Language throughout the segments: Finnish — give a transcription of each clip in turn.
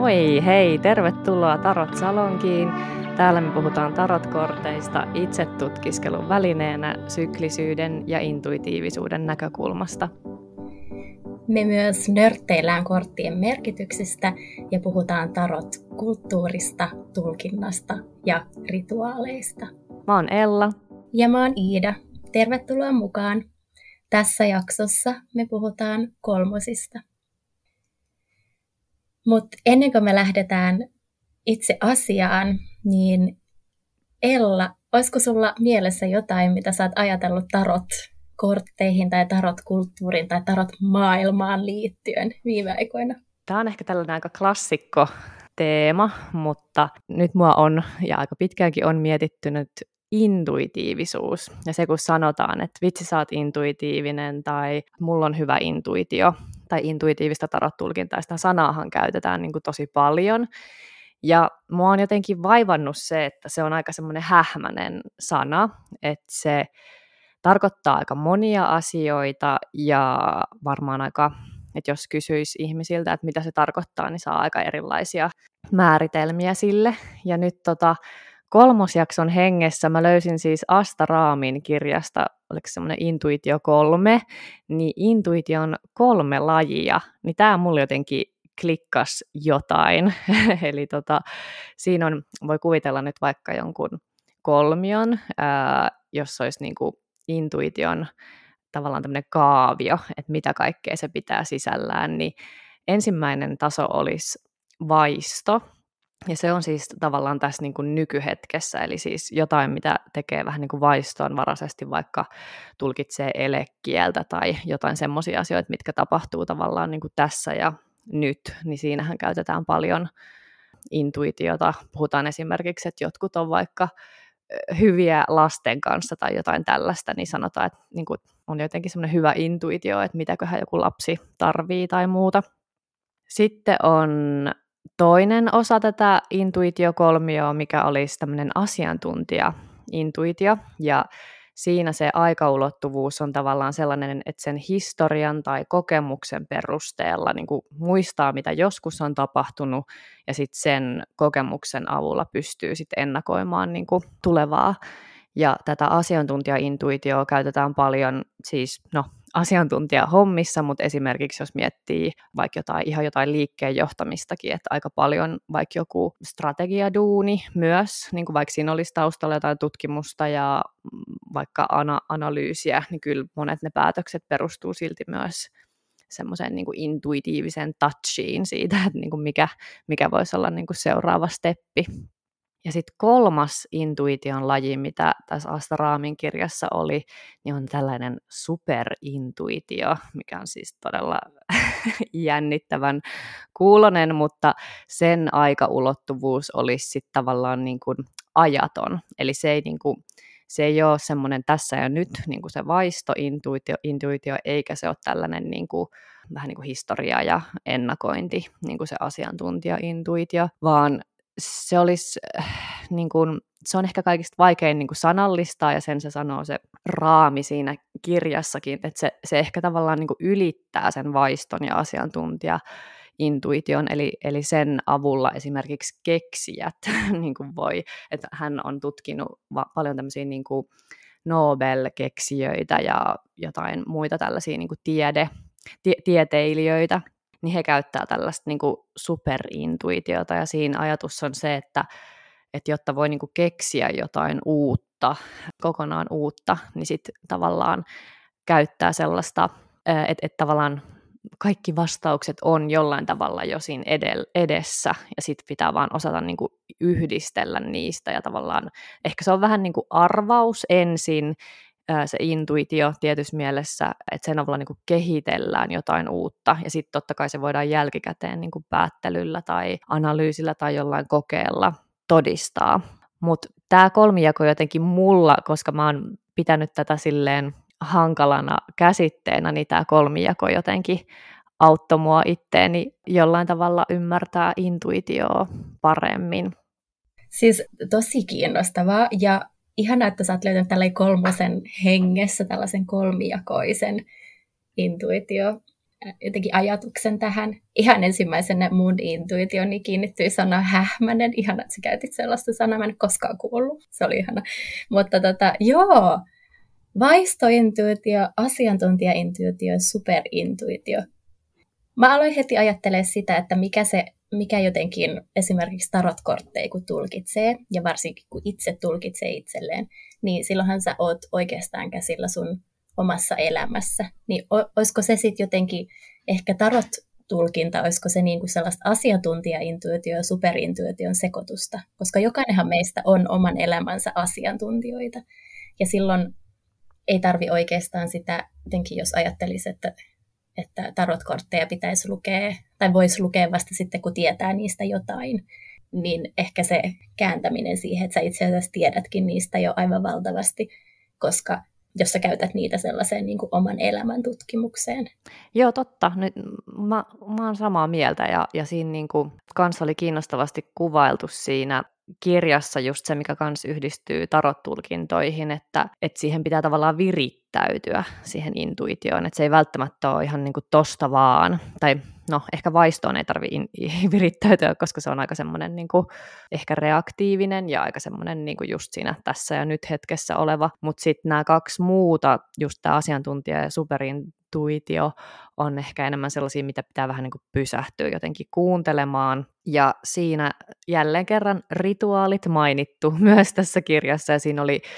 Moi, hei, tervetuloa Tarot Salonkiin. Täällä me puhutaan tarotkorteista itsetutkiskelun välineenä syklisyyden ja intuitiivisuuden näkökulmasta. Me myös nörtteillään korttien merkityksistä ja puhutaan tarot-kulttuurista, tulkinnasta ja rituaaleista. Mä oon Ella. Ja mä oon Iida. Tervetuloa mukaan. Tässä jaksossa me puhutaan kolmosista. Mutta ennen kuin me lähdetään itse asiaan, niin Ella, olisiko sulla mielessä jotain, mitä sä oot ajatellut tarot-kortteihin tai tarot-kulttuuriin tai tarot-maailmaan liittyen viime aikoina? Tämä on ehkä tällainen aika klassikko teema, mutta nyt mua on, ja aika pitkäänkin on mietittynyt intuitiivisuus. Ja se kun sanotaan, että vitsi sä oot intuitiivinen tai mulla on hyvä intuitio tai intuitiivista tarot-tulkintaa, sitä sanaahan käytetään niin kuin tosi paljon. Ja mua on jotenkin vaivannut se, että se on aika semmoinen hähmäinen sana, että se tarkoittaa aika monia asioita ja varmaan aika, että jos kysyisi ihmisiltä, että mitä se tarkoittaa, niin saa aika erilaisia määritelmiä sille. Ja nyt kolmosjakson hengessä mä löysin siis Asta Raamin kirjasta, oliko semmoinen Intuitio 3, niin intuition 3 lajia, niin tää mulle jotenkin klikkas jotain. Eli siinä on, voi kuvitella nyt vaikka jonkun kolmion, jos olisi niinku intuition tavallaan tämmöinen kaavio, että mitä kaikkea se pitää sisällään, niin ensimmäinen taso olisi vaisto, ja se on siis tavallaan tässä niin kuin nykyhetkessä, eli siis jotain, mitä tekee vähän niin kuin vaistoonvaraisesti, vaikka tulkitsee elekieltä tai jotain semmoisia asioita, mitkä tapahtuu tavallaan niin kuin tässä ja nyt, niin siinähän käytetään paljon intuitiota. Puhutaan esimerkiksi, että jotkut on vaikka hyviä lasten kanssa tai jotain tällaista, niin sanotaan, että niin kuin on jotenkin semmoinen hyvä intuitio, että mitäköhän joku lapsi tarvii tai muuta. Sitten on toinen osa tätä intuitiokolmioa, mikä olisi tämmöinen asiantuntija-intuitio, ja siinä se aikaulottuvuus on tavallaan sellainen, että sen historian tai kokemuksen perusteella niin kuin muistaa, mitä joskus on tapahtunut, ja sitten sen kokemuksen avulla pystyy sitten ennakoimaan niin kuin tulevaa. Ja tätä asiantuntija-intuitioa käytetään paljon siis, asiantuntijahommissa, mutta esimerkiksi jos miettii vaikka ihan jotain liikkeen johtamistakin, että aika paljon vaikka joku strategiaduuni myös, niin kuin vaikka siinä olisi taustalla jotain tutkimusta ja vaikka analyysiä, niin kyllä monet ne päätökset perustuu silti myös semmoiseen niin kuin intuitiivisen touchiin siitä, että niin kuin mikä voisi olla niin kuin seuraava steppi. Ja sitten kolmas intuition laji, mitä tässä Asta Raamin kirjassa oli, niin on tällainen superintuitio, mikä on siis todella jännittävän kuulonen, mutta sen aikaulottuvuus olisi sitten tavallaan niin kuin ajaton. Eli se ei ole semmoinen tässä ja nyt, niin kuin se vaistointuitio, eikä se ole tällainen niin kuin, vähän niin kuin historia ja ennakointi, niin kuin se asiantuntija-intuitio, vaan se olisi, niin kuin, se on ehkä kaikista vaikein niin kuin sanallistaa, ja sen se sanoo se Raami siinä kirjassakin, että se ehkä tavallaan niin kuin ylittää sen vaiston ja asiantuntija-intuition, eli sen avulla esimerkiksi keksijät niin kuin voi, että hän on tutkinut paljon tämmöisiä niin kuin Nobel-keksijöitä ja jotain muita tällaisia niin kuin tieteilijöitä, niin he käyttää tällaista niin kuin superintuitiota, ja siinä ajatus on se, että jotta voi niin kuin keksiä jotain uutta, kokonaan uutta, niin sitten tavallaan käyttää sellaista, että tavallaan kaikki vastaukset on jollain tavalla jo siinä edessä, ja sitten pitää vaan osata niin kuin yhdistellä niistä, ja tavallaan ehkä se on vähän niin kuin arvaus ensin, se intuitio tietyssä mielessä, että sen avulla niin kuin kehitellään jotain uutta, ja sitten totta kai se voidaan jälkikäteen niin kuin päättelyllä tai analyysillä tai jollain kokeella todistaa. Mutta tämä kolmijako jotenkin mulla, koska mä oon pitänyt tätä silleen hankalana käsitteenä, niin tämä kolmijako jotenkin auttoi mua itteeni jollain tavalla ymmärtää intuitioa paremmin. Siis tosi kiinnostavaa, ja ihanaa, että sä oot löytänyt tällaisen kolmosen hengessä tällaisen kolmijakoisen intuitio jotenkin ajatuksen tähän. Ihan ensimmäisenä mun intuitioni kiinnittyi sana hähmänen. Ihana, että sä käytit sellaista sanaa, mä en koskaan kuullut. Se oli ihana. Mutta joo, vaistointuitio, asiantuntijaintuitio, superintuitio. Mä aloin heti ajattelemaan sitä, että mikä jotenkin esimerkiksi tarotkortteja kun tulkitsee, ja varsinkin kun itse tulkitsee itselleen, niin silloinhan sä oot oikeastaan käsillä sun omassa elämässä. Niin olisiko se sitten jotenkin, ehkä tarot-tulkinta, olisiko se niinku sellaista asiantuntijaintuitio ja superintuition sekoitusta? Koska jokainenhan meistä on oman elämänsä asiantuntijoita. Ja silloin ei tarvi oikeastaan sitä, jotenkin jos ajattelisi, että tarotkortteja pitäisi lukea, tai voisi lukea vasta sitten, kun tietää niistä jotain, niin ehkä se kääntäminen siihen, että sä itse asiassa tiedätkin niistä jo aivan valtavasti, koska jos sä käytät niitä sellaiseen niin kuin oman elämän tutkimukseen. Joo, totta. Nyt mä oon samaa mieltä, ja siinä niin kuin kans oli kiinnostavasti kuvailtu siinä kirjassa just se, mikä kans yhdistyy tarot-tulkintoihin, että siihen pitää tavallaan virittäytyä siihen intuitioon, että se ei välttämättä ole ihan niin kuin tosta vaan, tai no ehkä vaistoon ei tarvitse virittäytyä, koska se on aika semmoinen niin kuin ehkä reaktiivinen ja aika semmoinen niin kuin just siinä tässä ja nyt hetkessä oleva, mutta sitten nämä kaksi muuta, just tämä asiantuntija ja superintuitio, on ehkä enemmän sellaisia, mitä pitää vähän niin kuin pysähtyä jotenkin kuuntelemaan. Ja siinä jälleen kerran rituaalit mainittu myös tässä kirjassa, ja siinä oli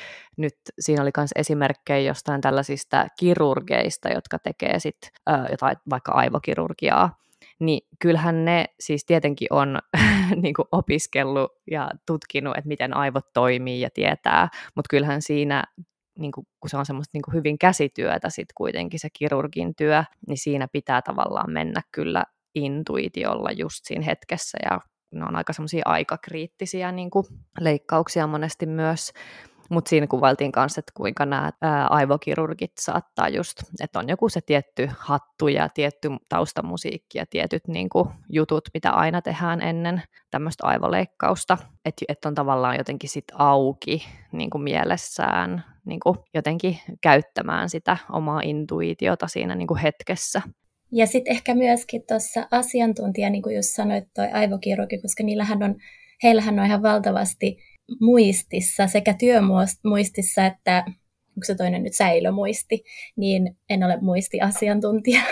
myös esimerkkejä jostain tällaisista kirurgeista, jotka tekee sitten jotain vaikka aivokirurgiaa. Niin kyllähän ne siis tietenkin on niin kuin opiskellut ja tutkinut, että miten aivot toimii ja tietää, mutta kyllähän siinä niin kuin, kun se on semmoista niin kuin hyvin käsityötä sitten kuitenkin se kirurgin työ, niin siinä pitää tavallaan mennä kyllä intuitiolla just siinä hetkessä, ja ne on aika semmoisia aikakriittisiä niin kuin leikkauksia monesti myös, mutta siinä kuvailtiin kanssa, että kuinka nämä aivokirurgit saattaa just, että on joku se tietty hattu ja tietty taustamusiikki ja tietyt niin kuin jutut, mitä aina tehdään ennen tämmöistä aivoleikkausta, että on tavallaan jotenkin sit auki niin kuin mielessään niin kuin jotenkin käyttämään sitä omaa intuitiota siinä niin kuin hetkessä. Ja sitten ehkä myöskin tuossa asiantuntija, niin kuin just sanoit, toi aivokirurgi, koska heillähän on ihan valtavasti muistissa, sekä työmuistissa että, onko se toinen nyt säilömuisti, niin en ole muistiasiantuntija,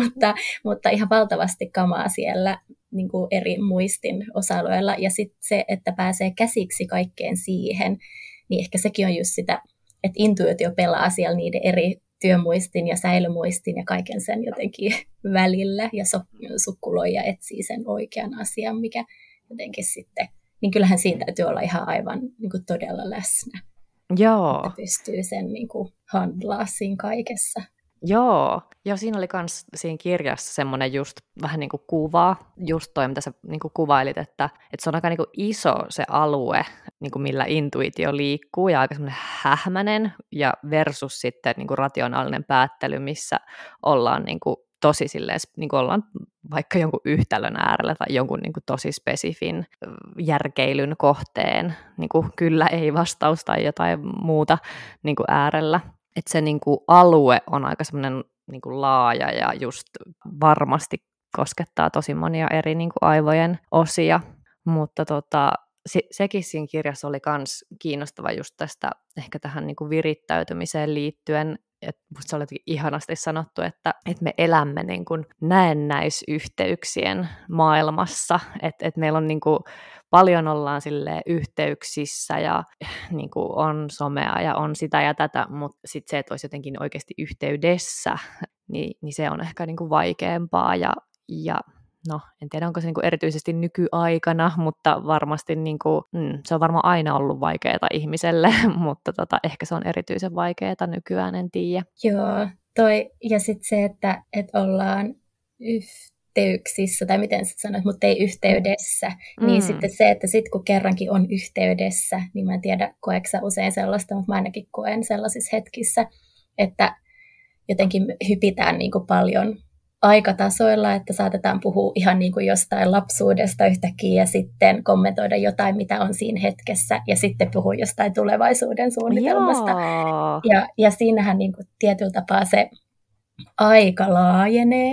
mutta ihan valtavasti kamaa siellä niin kuin eri muistin osa-alueilla. Ja sitten se, että pääsee käsiksi kaikkeen siihen, niin ehkä sekin on just sitä, että intuitio pelaa siellä niiden eri työmuistin ja säilömuistin ja kaiken sen jotenkin välillä ja sukkuloi ja etsii sen oikean asian, mikä jotenkin sitten, niin kyllähän siinä täytyy olla ihan aivan niin kuin todella läsnä. Joo. Että pystyy sen niin kuin handlaa siinä kaikessa. Joo, siinä oli myös siinä kirjassa semmoinen just vähän niin kuin kuva, just toi, mitä sä niin kuin kuvailit, että se on aika niin kuin iso se alue, niin kuin millä intuitio liikkuu, ja aika semmoinen hähmäinen, ja versus sitten niin kuin rationaalinen päättely, missä ollaan niin kuin tosi silleen, niin kuin ollaan vaikka jonkun yhtälön äärellä tai jonkun niin kuin tosi spesifin järkeilyn kohteen, niin kuin kyllä ei vastaus tai jotain muuta niin kuin äärellä. Että se niin kuin alue on aika semmoinen niin kuin laaja ja just varmasti koskettaa tosi monia eri niin kuin aivojen osia, mutta sekin siinä kirjassa oli myös kiinnostava just tästä ehkä tähän niin kuin virittäytymiseen liittyen, että musta se oli ihanasti sanottu, että me elämme niin kuin näennäisyhteyksien maailmassa, että meillä on niin kuin paljon ollaan silleen yhteyksissä ja niin kuin on somea ja on sitä ja tätä, mutta sitten se, että olisi jotenkin oikeasti yhteydessä, niin se on ehkä niin kuin vaikeampaa ja no, en tiedä, onko se niin kuin erityisesti nykyaikana, mutta varmasti niin kuin, se on varmaan aina ollut vaikeaa ihmiselle, mutta ehkä se on erityisen vaikeaa nykyään, en tiedä. Joo, ja sitten se, että ollaan yhteyksissä, tai miten sä sanoit, mutta ei yhteydessä, niin sitten se, että sitten kun kerrankin on yhteydessä, niin mä en tiedä, koetko sä usein sellaista, mutta mä ainakin koen sellaisissa hetkissä, että jotenkin hypitään niin kuin paljon aikatasoilla, että saatetaan puhua ihan niin kuin jostain lapsuudesta yhtäkkiä ja sitten kommentoida jotain, mitä on siinä hetkessä, ja sitten puhua jostain tulevaisuuden suunnitelmasta. Ja siinähän niin kuin tietyllä tapaa se aika laajenee,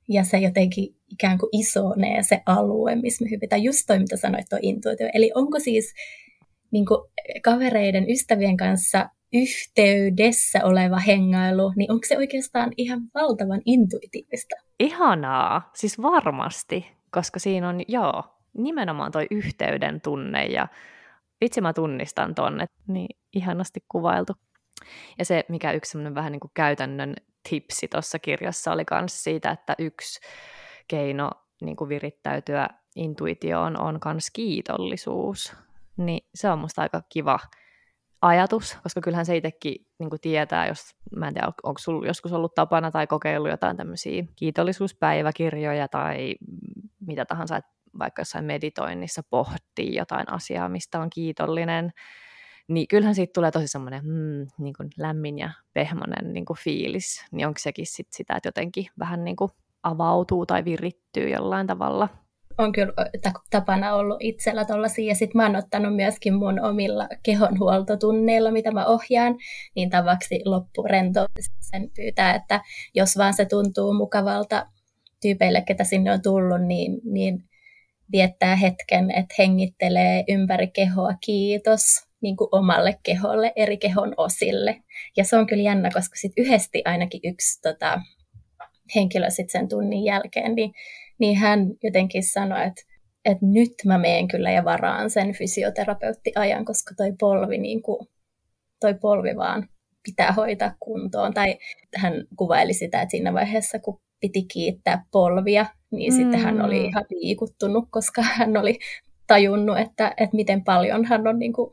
ja se jotenkin ikään kuin isonee se alue, missä me hypitään. Just toi, mitä sanoit, tuo intuitio. Eli onko siis niin kuin kavereiden, ystävien kanssa yhteydessä oleva hengailu, niin onko se oikeastaan ihan valtavan intuitiivista? Ihanaa, siis varmasti, koska siinä on, nimenomaan toi yhteyden tunne ja vitsi mä tunnistan tonne, niin ihanasti kuvailtu. Ja se, mikä yksi semmoinen vähän niin kuin käytännön tipsi tuossa kirjassa oli myös siitä, että yksi keino niin kuin virittäytyä intuitioon on myös kiitollisuus. Niin se on musta aika kiva ajatus, koska kyllähän se itsekin niin kuin tietää, jos mä en tiedä, onko sulla joskus ollut tapana tai kokeillut jotain tämmöisiä kiitollisuuspäiväkirjoja tai mitä tahansa, että vaikka jossain meditoinnissa pohtii jotain asiaa, mistä on kiitollinen, niin kyllähän siitä tulee tosi semmoinen niin kuin lämmin ja pehmoinen niin kuin fiilis, niin onko sekin sit sitä, että jotenkin vähän niin kuin avautuu tai virittyy jollain tavalla. On kyllä tapana ollut itsellä tollaisia, ja sitten mä oon ottanut myöskin mun omilla kehonhuoltotunneilla, mitä mä ohjaan, niin tavaksi loppurentoutumisen pyytää, että jos vaan se tuntuu mukavalta tyypeille, ketä sinne on tullut, niin viettää hetken, että hengittelee ympäri kehoa kiitos niin kuin omalle keholle, eri kehon osille. Ja se on kyllä jännä, koska sitten yhdesti ainakin yksi henkilö sit sen tunnin jälkeen, niin hän jotenkin sanoi, että nyt mä meen kyllä ja varaan sen fysioterapeuttiajan, koska toi polvi vaan pitää hoitaa kuntoon. Tai hän kuvaili sitä, että siinä vaiheessa, kun piti kiittää polvia, niin sitten hän oli ihan liikuttunut, koska hän oli tajunnut, että miten paljon hän on niin kuin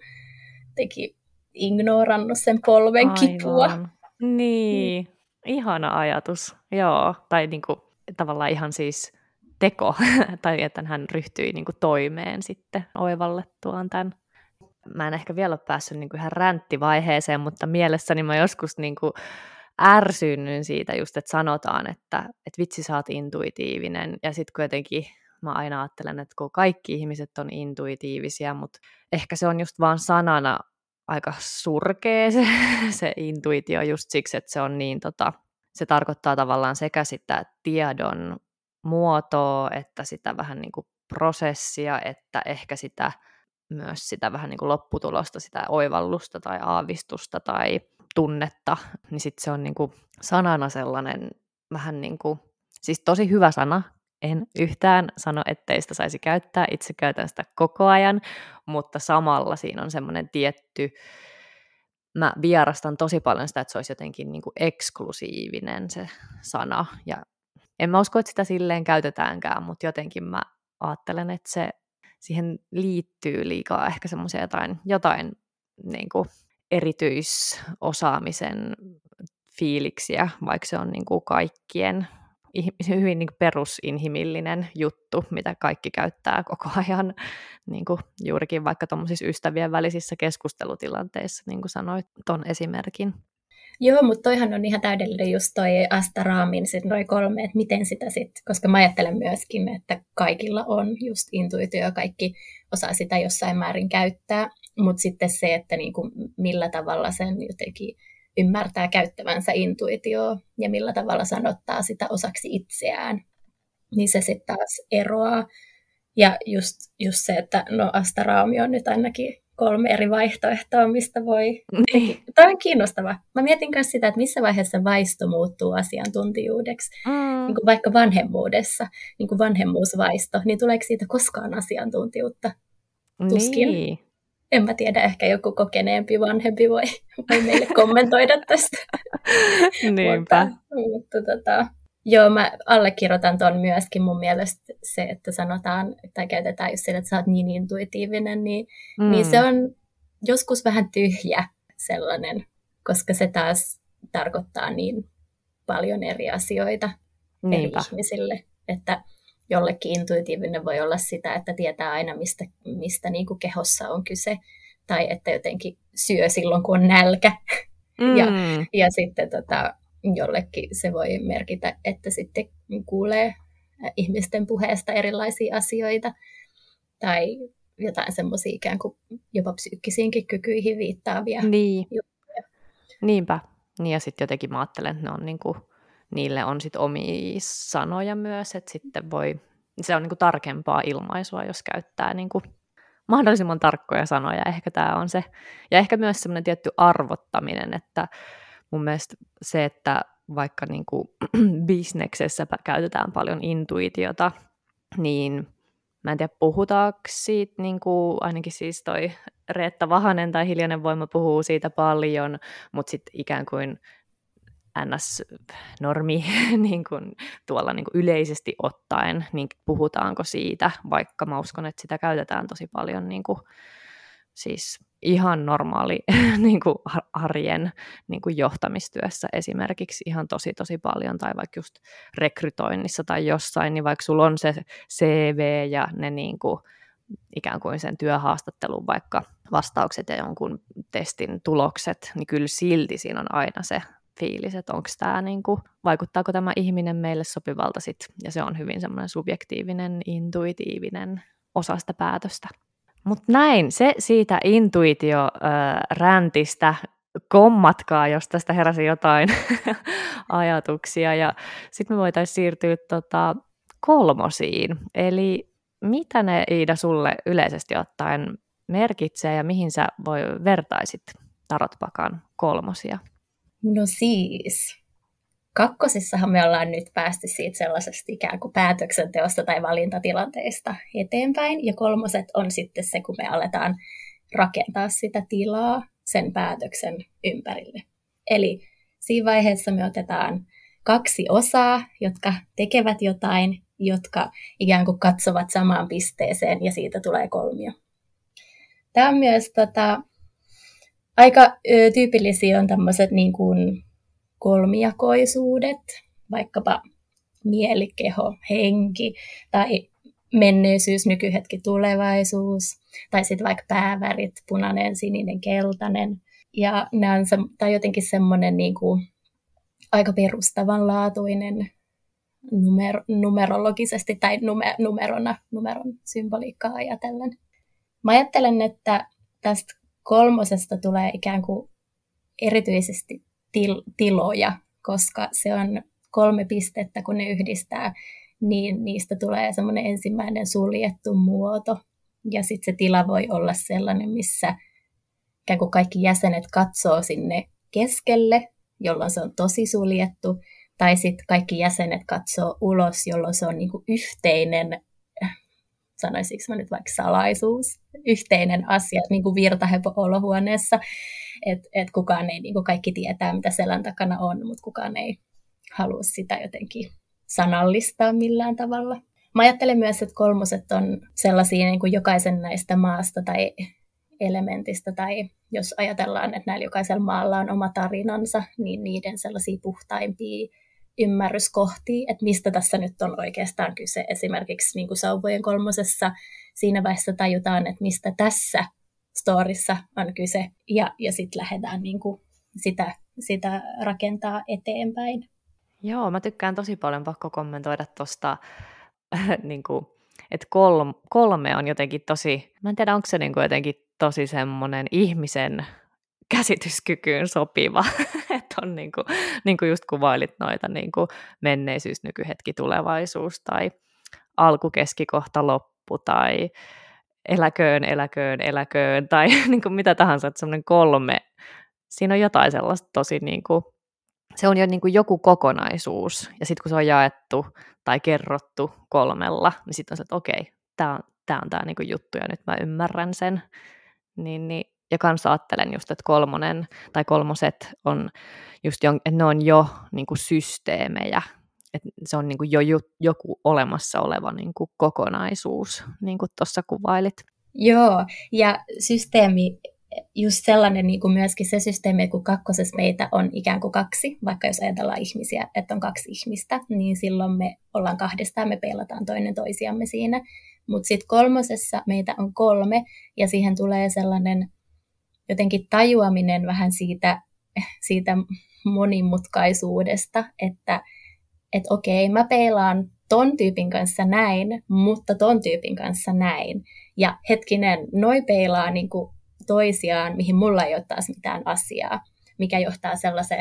ignorannut sen polven kipua. Niin, ihana ajatus. Joo, tai niin kuin, tavallaan ihan siis teko, tai että hän ryhtyi niin kuin toimeen sitten oivallettuaan tämän. Mä en ehkä vielä ole päässyt niin kuin ihan ränttivaiheeseen, mutta mielessäni mä joskus niin kuin ärsynnyn siitä just, että sanotaan, että vitsi sä oot intuitiivinen, ja sitten kuitenkin mä aina ajattelen, että kun kaikki ihmiset on intuitiivisia, mutta ehkä se on just vaan sanana aika surkea se intuitio just siksi, että se on niin, se tarkoittaa tavallaan sekä sitä tiedon muotoa, että sitä vähän niin kuin prosessia, että ehkä sitä myös sitä vähän niin kuin lopputulosta, sitä oivallusta tai aavistusta tai tunnetta, niin sitten se on niin kuin sanana sellainen vähän niin kuin, siis tosi hyvä sana, en yhtään sano, ettei sitä saisi käyttää, itse käytän sitä koko ajan, mutta samalla siinä on semmoinen tietty, mä vierastan tosi paljon sitä, että se olisi jotenkin niin kuin eksklusiivinen se sana, ja en mä usko, että sitä silleen käytetäänkään, mutta jotenkin mä ajattelen, että siihen liittyy liikaa ehkä semmoisia jotain niin kuin erityisosaamisen fiiliksiä, vaikka se on niin kuin kaikkien hyvin niin kuin perusinhimillinen juttu, mitä kaikki käyttää koko ajan, niin kuin juurikin vaikka tuommoisissa ystävien välisissä keskustelutilanteissa, niin kuin sanoit ton esimerkin. Joo, mutta toihan on ihan täydellinen just toi Astaraamin sit noi 3, että miten sitä sitten, koska mä ajattelen myöskin, että kaikilla on just intuitio ja kaikki osaa sitä jossain määrin käyttää, mutta sitten se, että niinku millä tavalla sen jotenkin ymmärtää käyttävänsä intuitioa ja millä tavalla sanottaa sitä osaksi itseään, niin se sitten taas eroaa. Ja just se, että no Astaraami on nyt ainakin 3 eri vaihtoehtoa, mistä voi... Tämä on kiinnostava. Mä mietin myös sitä, että missä vaiheessa vaisto muuttuu asiantuntijuudeksi. Niin kuin vaikka vanhemmuudessa, niin kuin vanhemmuusvaisto, niin tuleeko siitä koskaan asiantuntijuutta? Tuskin. Niin. En mä tiedä, ehkä joku kokeneempi vanhempi voi meille kommentoida tästä. Niinpä. mutta joo, mä allekirjoitan ton myöskin mun mielestä se, että sanotaan, tai käytetään just sille, että sä oot niin intuitiivinen, niin se on joskus vähän tyhjä sellainen, koska se taas tarkoittaa niin paljon eri asioita eri ihmisille, että jollekin intuitiivinen voi olla sitä, että tietää aina, mistä niin kuin kehossa on kyse, tai että jotenkin syö silloin, kun on nälkä, ja sitten jollekin se voi merkitä, että sitten kuulee ihmisten puheesta erilaisia asioita tai jotain semmoisia ikään kuin jopa psyykkisiinkin kykyihin viittaavia juttuja. Niinpä. Niin ja sitten jotenkin mä ajattelen, että ne on niinku niille on sitten omia sanoja myös, että sitten se on niin kuin tarkempaa ilmaisua, jos käyttää niin kuin mahdollisimman tarkkoja sanoja, ehkä tämä on se. Ja ehkä myös semmoinen tietty arvottaminen, että mun mielestä se, että vaikka niin kuin bisneksessä käytetään paljon intuitiota, niin mä en tiedä, puhutaanko siitä, niin kuin ainakin siis toi Reetta Vahanen tai Hiljainen Voima puhuu siitä paljon, mutta sitten ikään kuin NS-normi niin kuin tuolla niin kuin yleisesti ottaen, niin puhutaanko siitä, vaikka mä uskon, että sitä käytetään tosi paljon niin kuin, siis ihan normaali niin kuin arjen niin kuin johtamistyössä esimerkiksi ihan tosi paljon, tai vaikka just rekrytoinnissa tai jossain, niin vaikka sulla on se CV ja ne niin kuin, ikään kuin sen työhaastattelun vaikka vastaukset ja jonkun testin tulokset, niin kyllä silti siinä on aina se fiilis, että onko tämä niinku, vaikuttaako tämä ihminen meille sopivalta sit, ja se on hyvin semmoinen subjektiivinen, intuitiivinen osa sitä päätöstä. Mutta näin, se siitä intuitio-räntistä, kommatkaa, jos tästä heräsi jotain ajatuksia, ja sitten me voitaisiin siirtyä kolmosiin, eli mitä ne, Iida, sulle yleisesti ottaen merkitsee, ja mihin sä vertaisit tarotpakan kolmosia? No siis, kakkosissahan me ollaan nyt päästy siitä sellaisesta ikään kuin päätöksenteosta tai valintatilanteesta eteenpäin, ja kolmoset on sitten se, kun me aletaan rakentaa sitä tilaa sen päätöksen ympärille. Eli siinä vaiheessa me otetaan 2 osaa, jotka tekevät jotain, jotka ikään kuin katsovat samaan pisteeseen, ja siitä tulee kolmio. Tämä on myös aika tyypillisiä on tämmöiset niin kuin kolmijakoisuudet, vaikkapa mieli, keho, henki, tai menneisyys, nykyhetki, tulevaisuus, tai sitten vaikka päävärit, punainen, sininen, keltainen. Ja nämä on tai jotenkin semmoinen niin kuin aika perustavanlaatuinen numerologisesti tai numeron symboliikkaa ajatellen. Mä ajattelen, että tästä kolmosesta tulee ikään kuin erityisesti tiloja, koska se on 3 pistettä, kun ne yhdistää, niin niistä tulee semmoinen ensimmäinen suljettu muoto. Ja sitten se tila voi olla sellainen, missä ikään kuin kaikki jäsenet katsoo sinne keskelle, jolloin se on tosi suljettu, tai sitten kaikki jäsenet katsoo ulos, jolloin se on niin kuin yhteinen, sanoisinko mä nyt vaikka salaisuus, yhteinen asia, niin kuin virtahepo olohuoneessa, että kukaan ei, niin kuin kaikki tietää, mitä selän takana on, mutta kukaan ei halua sitä jotenkin sanallistaa millään tavalla. Mä ajattelen myös, että kolmoset on sellaisia niin kuin jokaisen näistä maasta tai elementistä, tai jos ajatellaan, että näillä jokaisella maalla on oma tarinansa, niin niiden sellaisia puhtaimpia ymmärryskohtia, että mistä tässä nyt on oikeastaan kyse. Esimerkiksi niin kuin sauvojen kolmosessa siinä vaiheessa tajutaan, että mistä tässä storissa on kyse, ja sitten lähdetään niin kuin sitä rakentaa eteenpäin. Joo, mä tykkään tosi paljon, pakko kommentoida tuosta, niin kuin, että 3 on jotenkin tosi, mä en tiedä, onko se niin kuin jotenkin tosi semmoinen ihmisen käsityskykyyn sopiva, että on niin kuin just kuvailit noita niin kuin menneisyys, nykyhetki, tulevaisuus tai alku, keskikohta, loppu tai eläköön tai niin kuin mitä tahansa, että semmoinen 3, siinä on jotain sellaista tosi niin kuin, se on jo niin kuin joku kokonaisuus, ja sitten kun se on jaettu tai kerrottu 3, niin sitten on se, että okei, tämä on tämä niin kuin juttu, ja nyt mä ymmärrän sen, niin ja kanssa ajattelen just, että 3 tai kolmoset on just, että ne on jo niin kuin systeemejä, että se on niin kuin jo joku olemassa oleva niin kuin kokonaisuus, niin kuin tuossa kuvailit. Joo, ja systeemi, just sellainen niin kuin myöskin se systeemi, kun kakkosessa meitä on ikään kuin 2, vaikka jos ajatellaan ihmisiä, että on 2 ihmistä, niin silloin me ollaan 2, me peilataan toinen toisiamme siinä. Mutta sitten kolmosessa meitä on 3, ja siihen tulee sellainen jotenkin tajuaminen vähän siitä monimutkaisuudesta, että okei, mä peilaan ton tyypin kanssa näin, mutta ton tyypin kanssa näin. Ja hetkinen, noi peilaa niin kuin toisiaan, mihin mulla ei ole taas mitään asiaa, mikä johtaa sellaiseen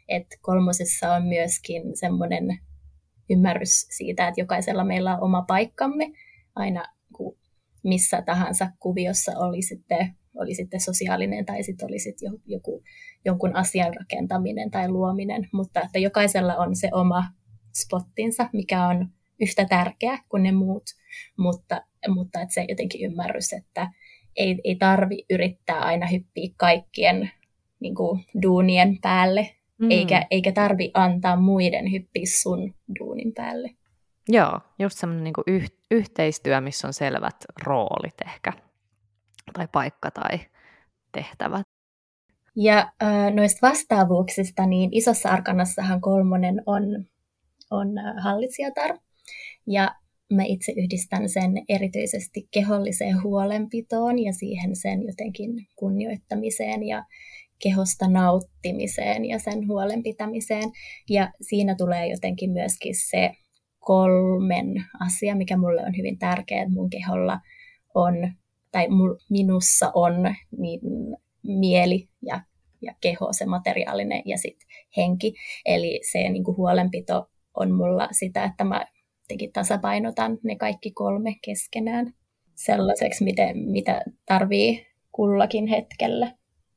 että kolmosessa on myöskin semmoinen ymmärrys siitä, että jokaisella meillä on oma paikkamme aina missä tahansa kuviossa oli sitten sosiaalinen tai sitten oli sitten jonkun asian rakentaminen tai luominen, mutta että jokaisella on se oma spottinsa, mikä on yhtä tärkeä kuin ne muut, mutta että se jotenkin ymmärrys, että ei tarvi yrittää aina hyppiä kaikkien niin kuin duunien päälle, eikä tarvi antaa muiden hyppiä sun duunin päälle. Joo, just semmoinen niin kuin yhteistyö, missä on selvät roolit ehkä, tai paikka tai tehtävät. Ja noista vastaavuuksista, niin isossa arkanassahan 3 on hallitsijatar, ja mä itse yhdistän sen erityisesti keholliseen huolenpitoon ja siihen sen jotenkin kunnioittamiseen ja kehosta nauttimiseen ja sen huolenpitämiseen. Ja siinä tulee jotenkin myöskin se 3 asia, mikä mulle on hyvin tärkeä, että mun keholla on, tai minussa on niin mieli ja keho, se materiaalinen ja sitten henki. Eli se niin kuin huolenpito on mulla sitä, että mä jotenkin tasapainotan ne kaikki 3 keskenään sellaiseksi, mitä tarvii kullakin hetkellä.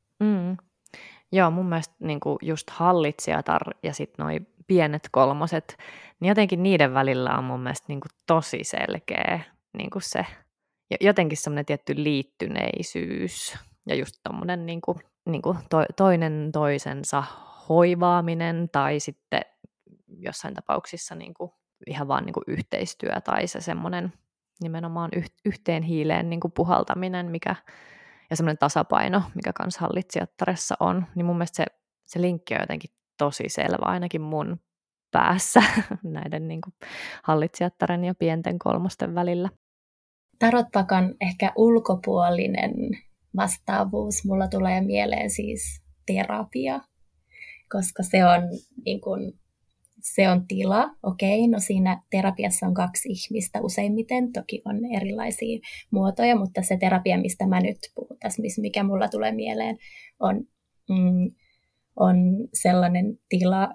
Joo, mun mielestä niin kuin just hallitsijatar ja sitten noi pienet kolmoset, niin jotenkin niiden välillä on mun mielestä niin kuin tosi selkeä niin kuin se, jotenkin semmoinen tietty liittyneisyys ja just tommoinen niin kuin toinen toisensa hoivaaminen tai sitten jossain tapauksissa niin kuin ihan vaan niin kuin yhteistyö tai se semmoinen nimenomaan yhteen hiileen niin kuin puhaltaminen, ja semmoinen tasapaino, mikä kans hallitsijattaressa on, niin mun mielestä se linkki on jotenkin tosi selvä ainakin mun päässä näiden niin kuin hallitsijattaren ja pienten kolmosten välillä. Tarotpakan ehkä ulkopuolinen vastaavuus mulla tulee mieleen siis terapia, koska se on niin kuin se on tila, okei, no siinä terapiassa on 2 ihmistä useimmiten, toki on erilaisia muotoja, mutta se terapia, mistä mä nyt puhun tässä, mikä mulla tulee mieleen, on sellainen tila,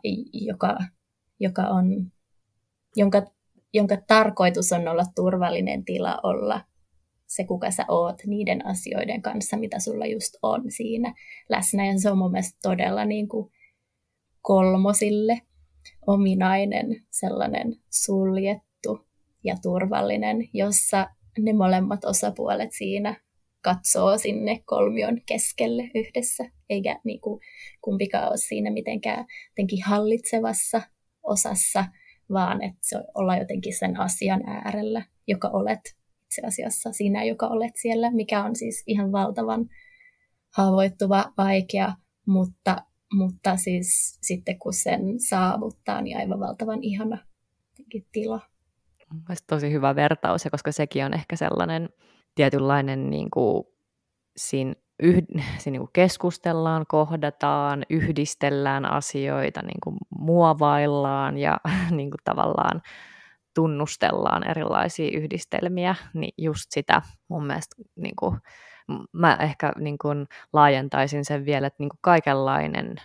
jonka tarkoitus on olla turvallinen tila, olla se, kuka sä oot niiden asioiden kanssa, mitä sulla just on siinä läsnä, ja se on mun mielestä todella niin kuin kolmosille ominainen, sellainen suljettu ja turvallinen, jossa ne molemmat osapuolet siinä katsoo sinne kolmion keskelle yhdessä, eikä niinku kumpikaan ole siinä mitenkään jotenkin hallitsevassa osassa, vaan että se ollaan jotenkin sen asian äärellä, joka olet itse asiassa sinä, joka olet siellä, mikä on siis ihan valtavan haavoittuva, vaikea, mutta siis sitten kun sen saavuttaa, niin aivan valtavan ihana tila. Mielestäni tosi hyvä vertaus, ja koska sekin on ehkä sellainen tietynlainen, niin kuin siinä niin kuin keskustellaan, kohdataan, yhdistellään asioita, niin kuin muovaillaan ja niin kuin tavallaan tunnustellaan erilaisia yhdistelmiä, niin just sitä mun mielestä niin kuin mä ehkä niin kuin laajentaisin sen vielä, että niin kuin kaikenlainen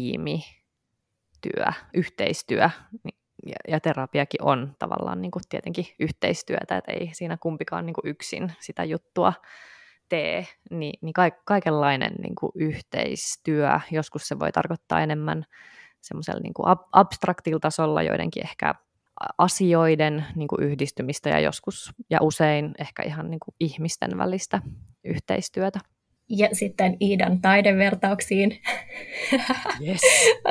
tiimityö, yhteistyö ja terapiakin on tavallaan niin kuin tietenkin yhteistyötä, että ei siinä kumpikaan niin kuin yksin sitä juttua tee, niin kaikenlainen niin kuin yhteistyö, joskus se voi tarkoittaa enemmän semmoisella niin kuin abstraktilla tasolla joidenkin ehkä asioiden niin kuin yhdistymistä ja joskus ja usein ehkä ihan niin kuin ihmisten välistä yhteistyötä. Ja sitten Iidan taidevertauksiin. Yes.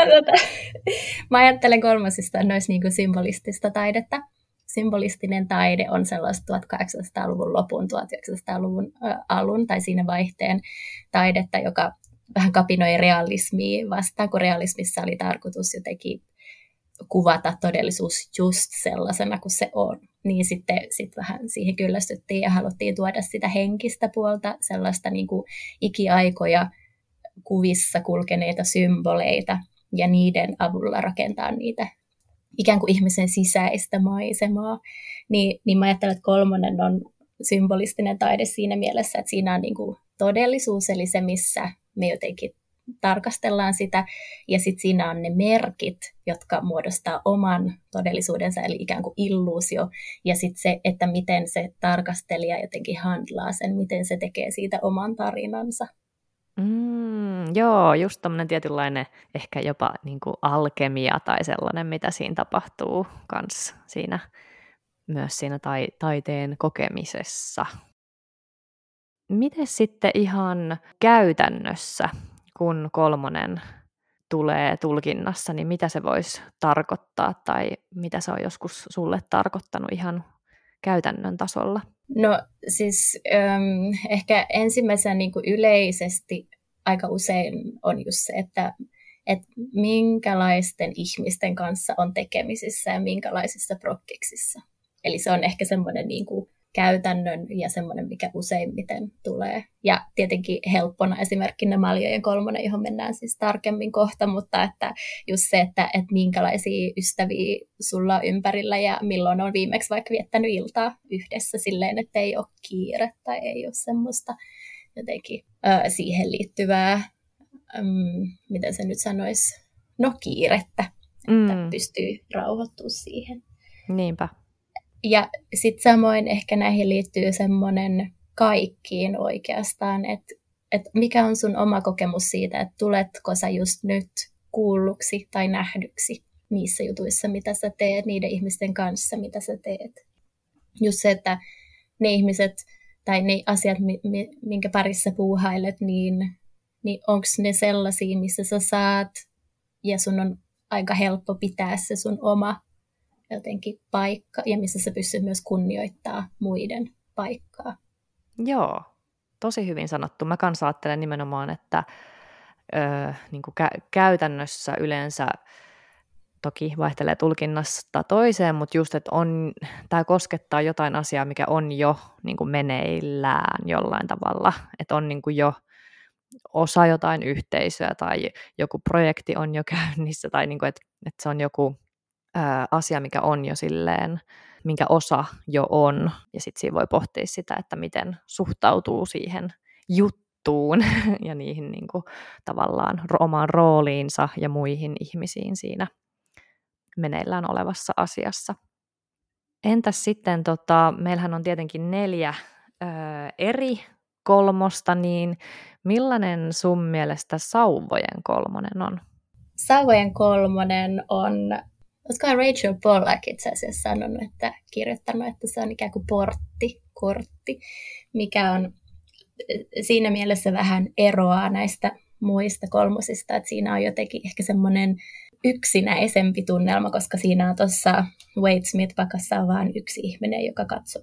Mä ajattelen kolmosista, että ne olisi niin kuin symbolistista taidetta. Symbolistinen taide on sellaista 1800-luvun lopun, 1900-luvun alun tai siinä vaihteen taidetta, joka vähän kapinoi realismia vastaan, kun realismissa oli tarkoitus jotenkin kuvata todellisuus just sellaisena kuin se on. Niin sitten vähän siihen kyllästyttiin ja haluttiin tuoda sitä henkistä puolta, sellaista niin kuin ikiaikoja kuvissa kulkeneita symboleita ja niiden avulla rakentaa niitä ikään kuin ihmisen sisäistä maisemaa. Niin mä ajattelen, että kolmonen on symbolistinen taide siinä mielessä, että siinä on niin kuin todellisuus, eli se, missä me jotenkin tarkastellaan sitä, ja sitten siinä on ne merkit, jotka muodostaa oman todellisuudensa, eli ikään kuin illuusio, ja sitten se, että miten se tarkastelija jotenkin handlaa sen, miten se tekee siitä oman tarinansa. Joo, just tämmöinen tietynlainen ehkä jopa niin kuin alkemia tai sellainen, mitä siinä tapahtuu kans siinä, myös siinä taiteen kokemisessa. Miten sitten ihan käytännössä, kun 3 tulee tulkinnassa, niin mitä se voisi tarkoittaa tai mitä se on joskus sulle tarkoittanut ihan käytännön tasolla? No siis ehkä ensimmäisenä niin kuin yleisesti aika usein on just se, että minkälaisten ihmisten kanssa on tekemisissä ja minkälaisissa projekteissa. Eli se on ehkä semmoinen niin kuin käytännön ja semmoinen, mikä useimmiten tulee. Ja tietenkin helppona esimerkkinä Maljojen 3, johon mennään siis tarkemmin kohta, mutta että just se, että minkälaisia ystäviä sulla on ympärillä ja milloin on viimeksi vaikka viettänyt iltaa yhdessä silleen, että ei ole kiire tai ei ole semmoista jotenkin siihen liittyvää, miten se nyt sanoisi, kiirettä, että pystyy rauhoittumaan siihen. Niinpä. Ja sitten samoin ehkä näihin liittyy semmoinen kaikkiin oikeastaan, että mikä on sun oma kokemus siitä, että tuletko sä just nyt kuulluksi tai nähdyksi niissä jutuissa, mitä sä teet, niiden ihmisten kanssa, mitä sä teet. Just se, että ne ihmiset tai ne asiat, minkä parissa puuhailet, niin onko ne sellaisia, missä sä saat ja sun on aika helppo pitää se sun oma jotenkin paikka, ja missä sä pystyt myös kunnioittaa muiden paikkaa. Joo, tosi hyvin sanottu. Mä kans ajattelen nimenomaan, että niin kuin käytännössä yleensä toki vaihtelee tulkinnasta toiseen, mutta just, että tämä koskettaa jotain asiaa, mikä on jo niin kuin meneillään jollain tavalla, että on niin kuin jo osa jotain yhteisöä tai joku projekti on jo käynnissä tai niin kuin, että se on joku asia, mikä on jo silleen, minkä osa jo on, ja sitten siinä voi pohtia sitä, että miten suhtautuu siihen juttuun ja niihin niin kuin, tavallaan omaan rooliinsa ja muihin ihmisiin siinä meneillään olevassa asiassa. Entäs sitten, meillähän on tietenkin 4 eri 3, niin millainen sun mielestä Sauvojen 3 on? Sauvojen 3 on, olisikohan Rachel Pollack itse asiassa sanonut, kirjoittanut, että se on ikään kuin kortti, mikä on siinä mielessä vähän eroaa näistä muista 3, että siinä on jotenkin ehkä semmoinen yksinäisempi tunnelma, koska siinä on tuossa Wade Smith-pakassa on vain yksi ihminen, joka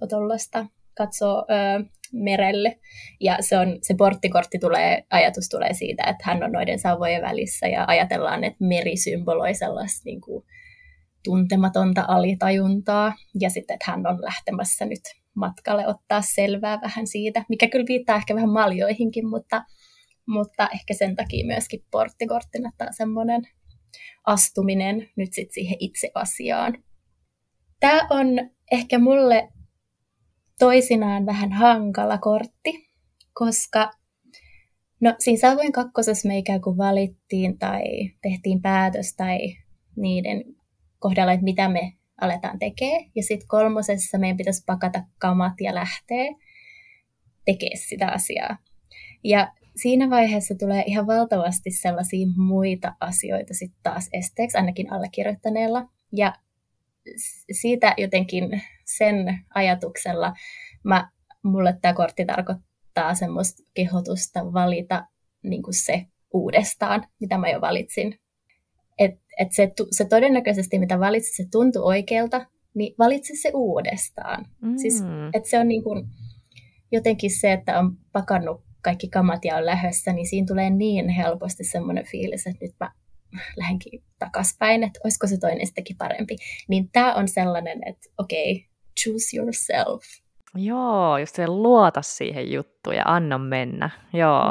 katsoo merelle. Ja se porttikortti ajatus tulee siitä, että hän on noiden sauvojen välissä ja ajatellaan, että meri symboloi sellaista niin kuin tuntematonta alitajuntaa. Ja sitten, että hän on lähtemässä nyt matkalle ottaa selvää vähän siitä, mikä kyllä viittaa ehkä vähän Maljoihinkin, mutta ehkä sen takia myöskin porttikorttina tämä semmoinen astuminen nyt sitten siihen itse asiaan. Tämä on ehkä mulle toisinaan vähän hankala kortti, koska siinä Sauvojen 2 me ikään kuin valittiin tai tehtiin päätös tai niiden kohdalla, että mitä me aletaan tekemään. Ja sitten 3 meidän pitäisi pakata kamat ja lähteä tekemään sitä asiaa. Ja siinä vaiheessa tulee ihan valtavasti sellaisia muita asioita sitten taas esteeksi, ainakin allekirjoittaneella. Ja siitä jotenkin sen ajatuksella mulle tämä kortti tarkoittaa semmoista kehotusta valita niin kuin se uudestaan, mitä mä jo valitsin. Et se todennäköisesti, mitä valitsit, se tuntui oikealta, niin valitse se uudestaan. Siis, että se on niin kuin jotenkin se, että on pakannut kaikki kamat ja on lähdössä, niin siinä tulee niin helposti semmoinen fiilis, että nyt mä lähdenkin takaspäin, että olisiko se toinen sittenkin parempi. Niin tämä on sellainen, että okei, choose yourself. Joo, just se luota siihen juttuun ja anna mennä. Joo.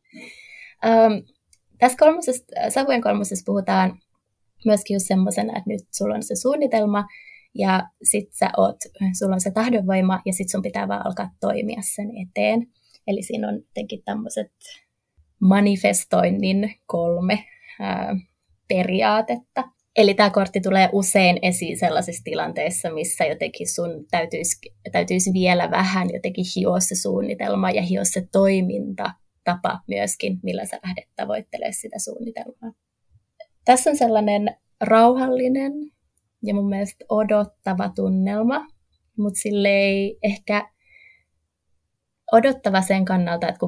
Tässä Sauvojen 3 puhutaan myöskin just semmoisena, että nyt sulla on se suunnitelma ja sitten sulla on se tahdonvoima ja sitten sun pitää vaan alkaa toimia sen eteen. Eli siinä on jotenkin tämmöiset manifestoinnin 3 periaatetta. Eli tämä kortti tulee usein esiin sellaisissa tilanteissa, missä jotenkin sun täytyisi vielä vähän jotenkin hioa se suunnitelma ja hioa se toimintatapa myöskin, millä sä lähdet tavoittelemaan sitä suunnitelmaa. Tässä on sellainen rauhallinen ja mun mielestä odottava tunnelma, mutta sille ei ehkä odottava sen kannalta, että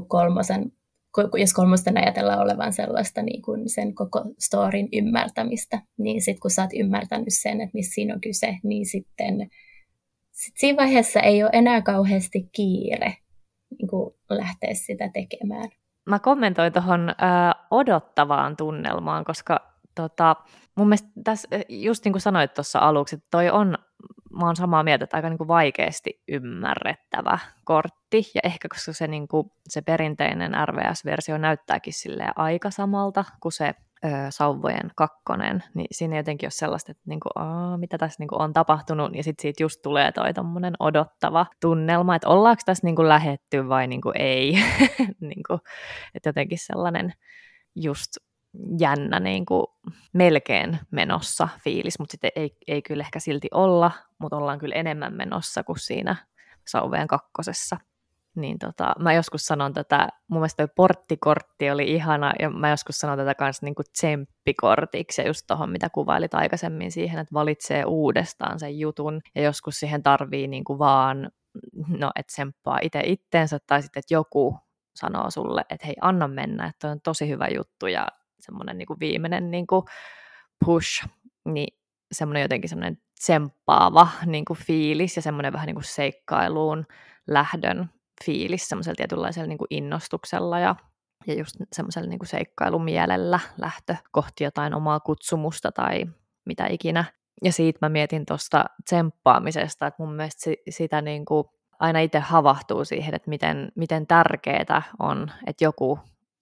jos kolmosten ajatellaan olevan sellaista niin kuin sen koko storin ymmärtämistä, niin sitten kun sä oot ymmärtänyt sen, että missä siinä on kyse, niin sitten siinä vaiheessa ei ole enää kauheasti kiire niin kuin lähteä sitä tekemään. Mä kommentoin tuohon odottavaan tunnelmaan, koska mun mielestä tässä, just niin kuin sanoit tuossa aluksi, että mä oon samaa mieltä, että aika niin kuin vaikeasti ymmärrettävä kortti, ja ehkä koska se, niin kuin, se perinteinen RVS-versio näyttääkin silleen aika samalta kuin se Sauvojen 2, niin siinä jotenkin ole sellaista, että niin kuin, mitä tässä niin kuin on tapahtunut, ja sitten siitä just tulee toi tommonen odottava tunnelma, että ollaanko tässä niin kuin lähetty vai niin kuin ei, niin kuin, että jotenkin sellainen just jännä niin kuin melkein menossa fiilis, mutta sitten ei kyllä ehkä silti olla, mutta ollaan kyllä enemmän menossa kuin siinä Sauvojen 2. Niin mä joskus sanon tätä, mun mielestä toi porttikortti oli ihana, ja mä joskus sanon tätä kanssa niin kuin tsemppikortiksi, ja just tohon, mitä kuvailit aikaisemmin siihen, että valitsee uudestaan sen jutun, ja joskus siihen tarvii niin kuin vaan, että tsemppaa itse itteensä, tai sitten, että joku sanoo sulle, että hei, anna mennä, että toi on tosi hyvä juttu, ja semmoinen niin kuin viimeinen niin kuin push, niin semmoinen jotenkin semmoinen tsemppaava niin kuin fiilis, ja semmoinen vähän niin kuin seikkailuun lähdön fiilis semmoisella tietynlaisella niin kuin innostuksella ja just semmoisella niin kuin seikkailumielellä lähtö kohti jotain omaa kutsumusta tai mitä ikinä. Ja siitä mä mietin tuosta tsemppaamisesta, että mun mielestä sitä niin kuin aina itse havahtuu siihen, että miten tärkeää on, että joku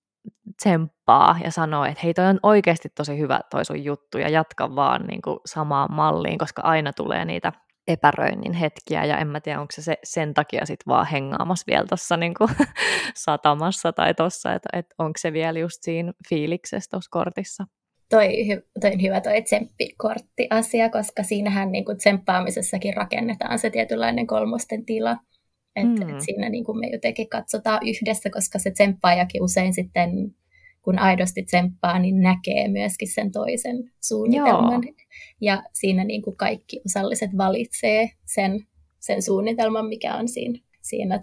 tsemppaa ja sanoo, että hei, toi on oikeasti tosi hyvä toi sun juttu ja jatka vaan niin kuin samaan malliin, koska aina tulee niitä epäröinnin hetkiä, ja en mä tiedä, onko se sen takia sitten vaan hengaamassa vielä tuossa niinku satamassa tai tuossa, että onko se vielä just siinä fiiliksessä tuossa kortissa. Toi on hyvä toi tsemppikortti-asia, koska siinähän niinku tsemppaamisessakin rakennetaan se tietynlainen kolmosten tila, että et siinä niinku me jotenkin katsotaan yhdessä, koska se tsemppaajakin usein sitten, kun aidosti tsemppaa, niin näkee myöskin sen toisen suunnitelman. Joo. Ja siinä niin kuin kaikki osalliset valitsee sen suunnitelman, mikä on siinä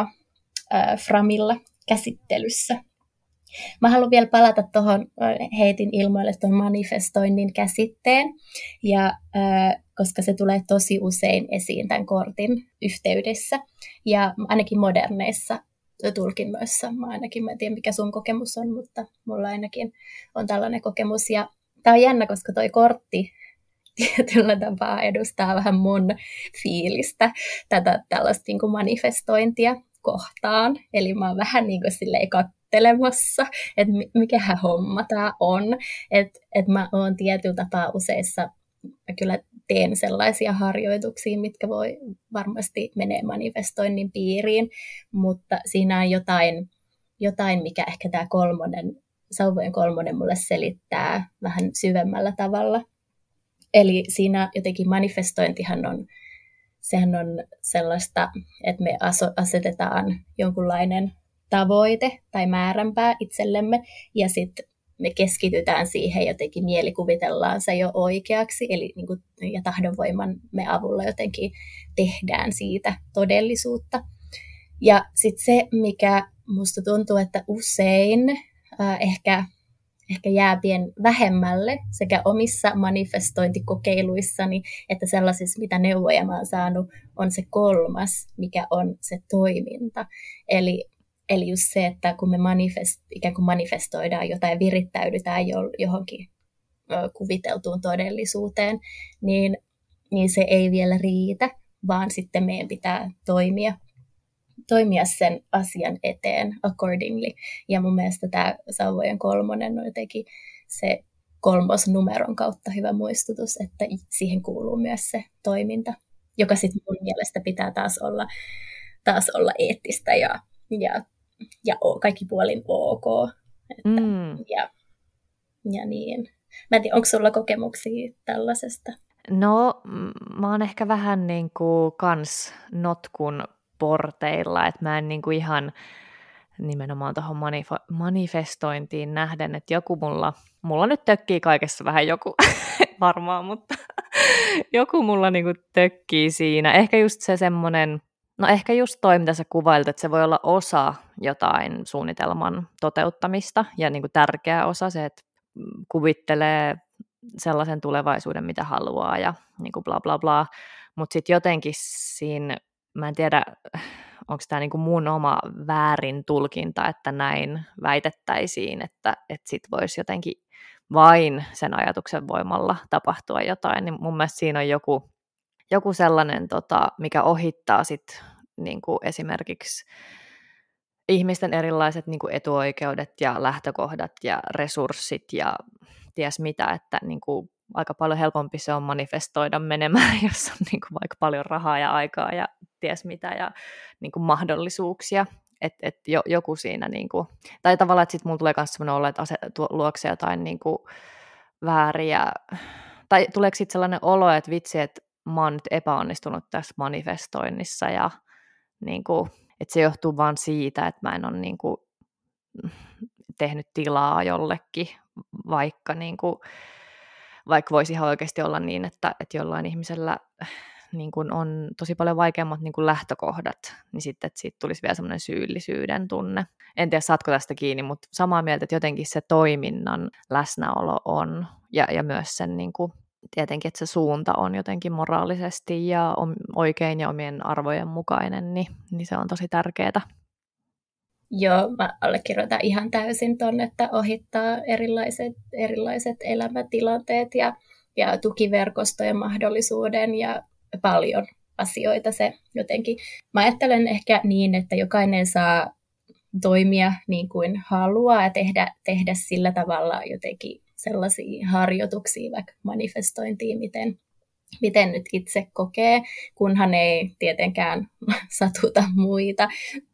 Framilla käsittelyssä. Mä haluan vielä palata tuohon, heitin ilmoille tuon manifestoinnin käsitteen, ja koska se tulee tosi usein esiin tämän kortin yhteydessä, ja ainakin moderneissa tulkinnoissa. Mä en tiedä, mikä sun kokemus on, mutta mulla ainakin on tällainen kokemus. Ja tää on jännä, koska toi kortti tietyllä tapaa edustaa vähän mun fiilistä tätä tällaista niin kuin manifestointia kohtaan. Eli mä oon vähän niin kuin silleen kattelemassa, että mikähän homma tää on. Että mä oon tietyllä tapaa useissa, mä kyllä teen sellaisia harjoituksia, mitkä voi varmasti menee manifestoinnin piiriin, mutta siinä on jotain mikä ehkä tämä Sauvojen 3 mulle selittää vähän syvemmällä tavalla. Eli siinä jotenkin sehän on sellaista, että me asetetaan jonkunlainen tavoite tai määränpää itsellemme, ja sitten me keskitytään siihen, jotenkin mielikuvitellaan se jo oikeaksi, eli niin kuin, ja tahdonvoiman me avulla jotenkin tehdään siitä todellisuutta. Ja sitten se, mikä musta tuntuu, että usein ehkä jää vähemmälle sekä omissa manifestointikokeiluissani, että sellaisissa, mitä neuvoja mä oon saanut, on se 3, mikä on se toiminta. Eli just se, että kun me ikään kuin manifestoidaan jotain, virittäydytään johonkin kuviteltuun todellisuuteen, niin se ei vielä riitä, vaan sitten meidän pitää toimia sen asian eteen accordingly. Ja mun mielestä tämä Sauvojen 3 on jotenkin se 3 numeron kautta hyvä muistutus, että siihen kuuluu myös se toiminta, joka sitten mun mielestä pitää taas olla eettistä ja kaikki puolin ok. Että, ja niin. Mä en tiedä, onko sulla kokemuksia tällaisesta? No, mä oon ehkä vähän niin kuin kans notkun porteilla, että mä en niin kuin ihan nimenomaan tuohon manifestointiin nähden, että joku mulla nyt tökkii kaikessa vähän joku varmaan, mutta joku mulla niin kuin tökkii siinä. Ehkä just se semmoinen, no ehkä just toi, mitä sä kuvailit, että se voi olla osa jotain suunnitelman toteuttamista ja niin kuin tärkeä osa se, että kuvittelee sellaisen tulevaisuuden, mitä haluaa ja niin kuin bla bla bla, mutta sitten jotenkin siinä, mä en tiedä, onko tämä niinku mun oma väärin tulkinta, että näin väitettäisiin, että sit voisi jotenkin vain sen ajatuksen voimalla tapahtua jotain, niin mun mielestä siinä on joku sellainen, mikä ohittaa sit niinku esimerkiksi ihmisten erilaiset niinku etuoikeudet ja lähtökohdat ja resurssit ja ties mitä, että niinku aika paljon helpompi se on manifestoida menemään, jos on niinku vaikka paljon rahaa ja aikaa ja ties mitä ja niinku mahdollisuuksia. Joku siinä, niinku, tai tavallaan, että sitten mulla tulee myös sellainen olo, että luokse jotain niinku vääriä, tai tuleeko sitten sellainen olo, että vitsi, että mä oon nyt epäonnistunut tässä manifestoinnissa ja niinku, että se johtuu vaan siitä, että mä en ole niinku tehnyt tilaa jollekin, vaikka voisi ihan oikeasti olla niin, että jollain ihmisellä niin kuin on tosi paljon vaikeammat niin kuin lähtökohdat, niin sitten että siitä tulisi vielä semmoinen syyllisyyden tunne. En tiedä, saatko tästä kiinni, mutta samaa mieltä, että jotenkin se toiminnan läsnäolo on, ja myös sen niin kuin, tietenkin, että se suunta on jotenkin moraalisesti ja oikein ja omien arvojen mukainen, niin se on tosi tärkeää. Joo, mä allekirjoitan ihan täysin ton, että ohittaa erilaiset elämäntilanteet ja tukiverkostojen mahdollisuuden ja paljon asioita se jotenkin. Mä ajattelen ehkä niin, että jokainen saa toimia niin kuin haluaa ja tehdä sillä tavalla jotenkin sellaisia harjoituksia, vaikka manifestointiin, miten nyt itse kokee, kunhan ei tietenkään satuta muita.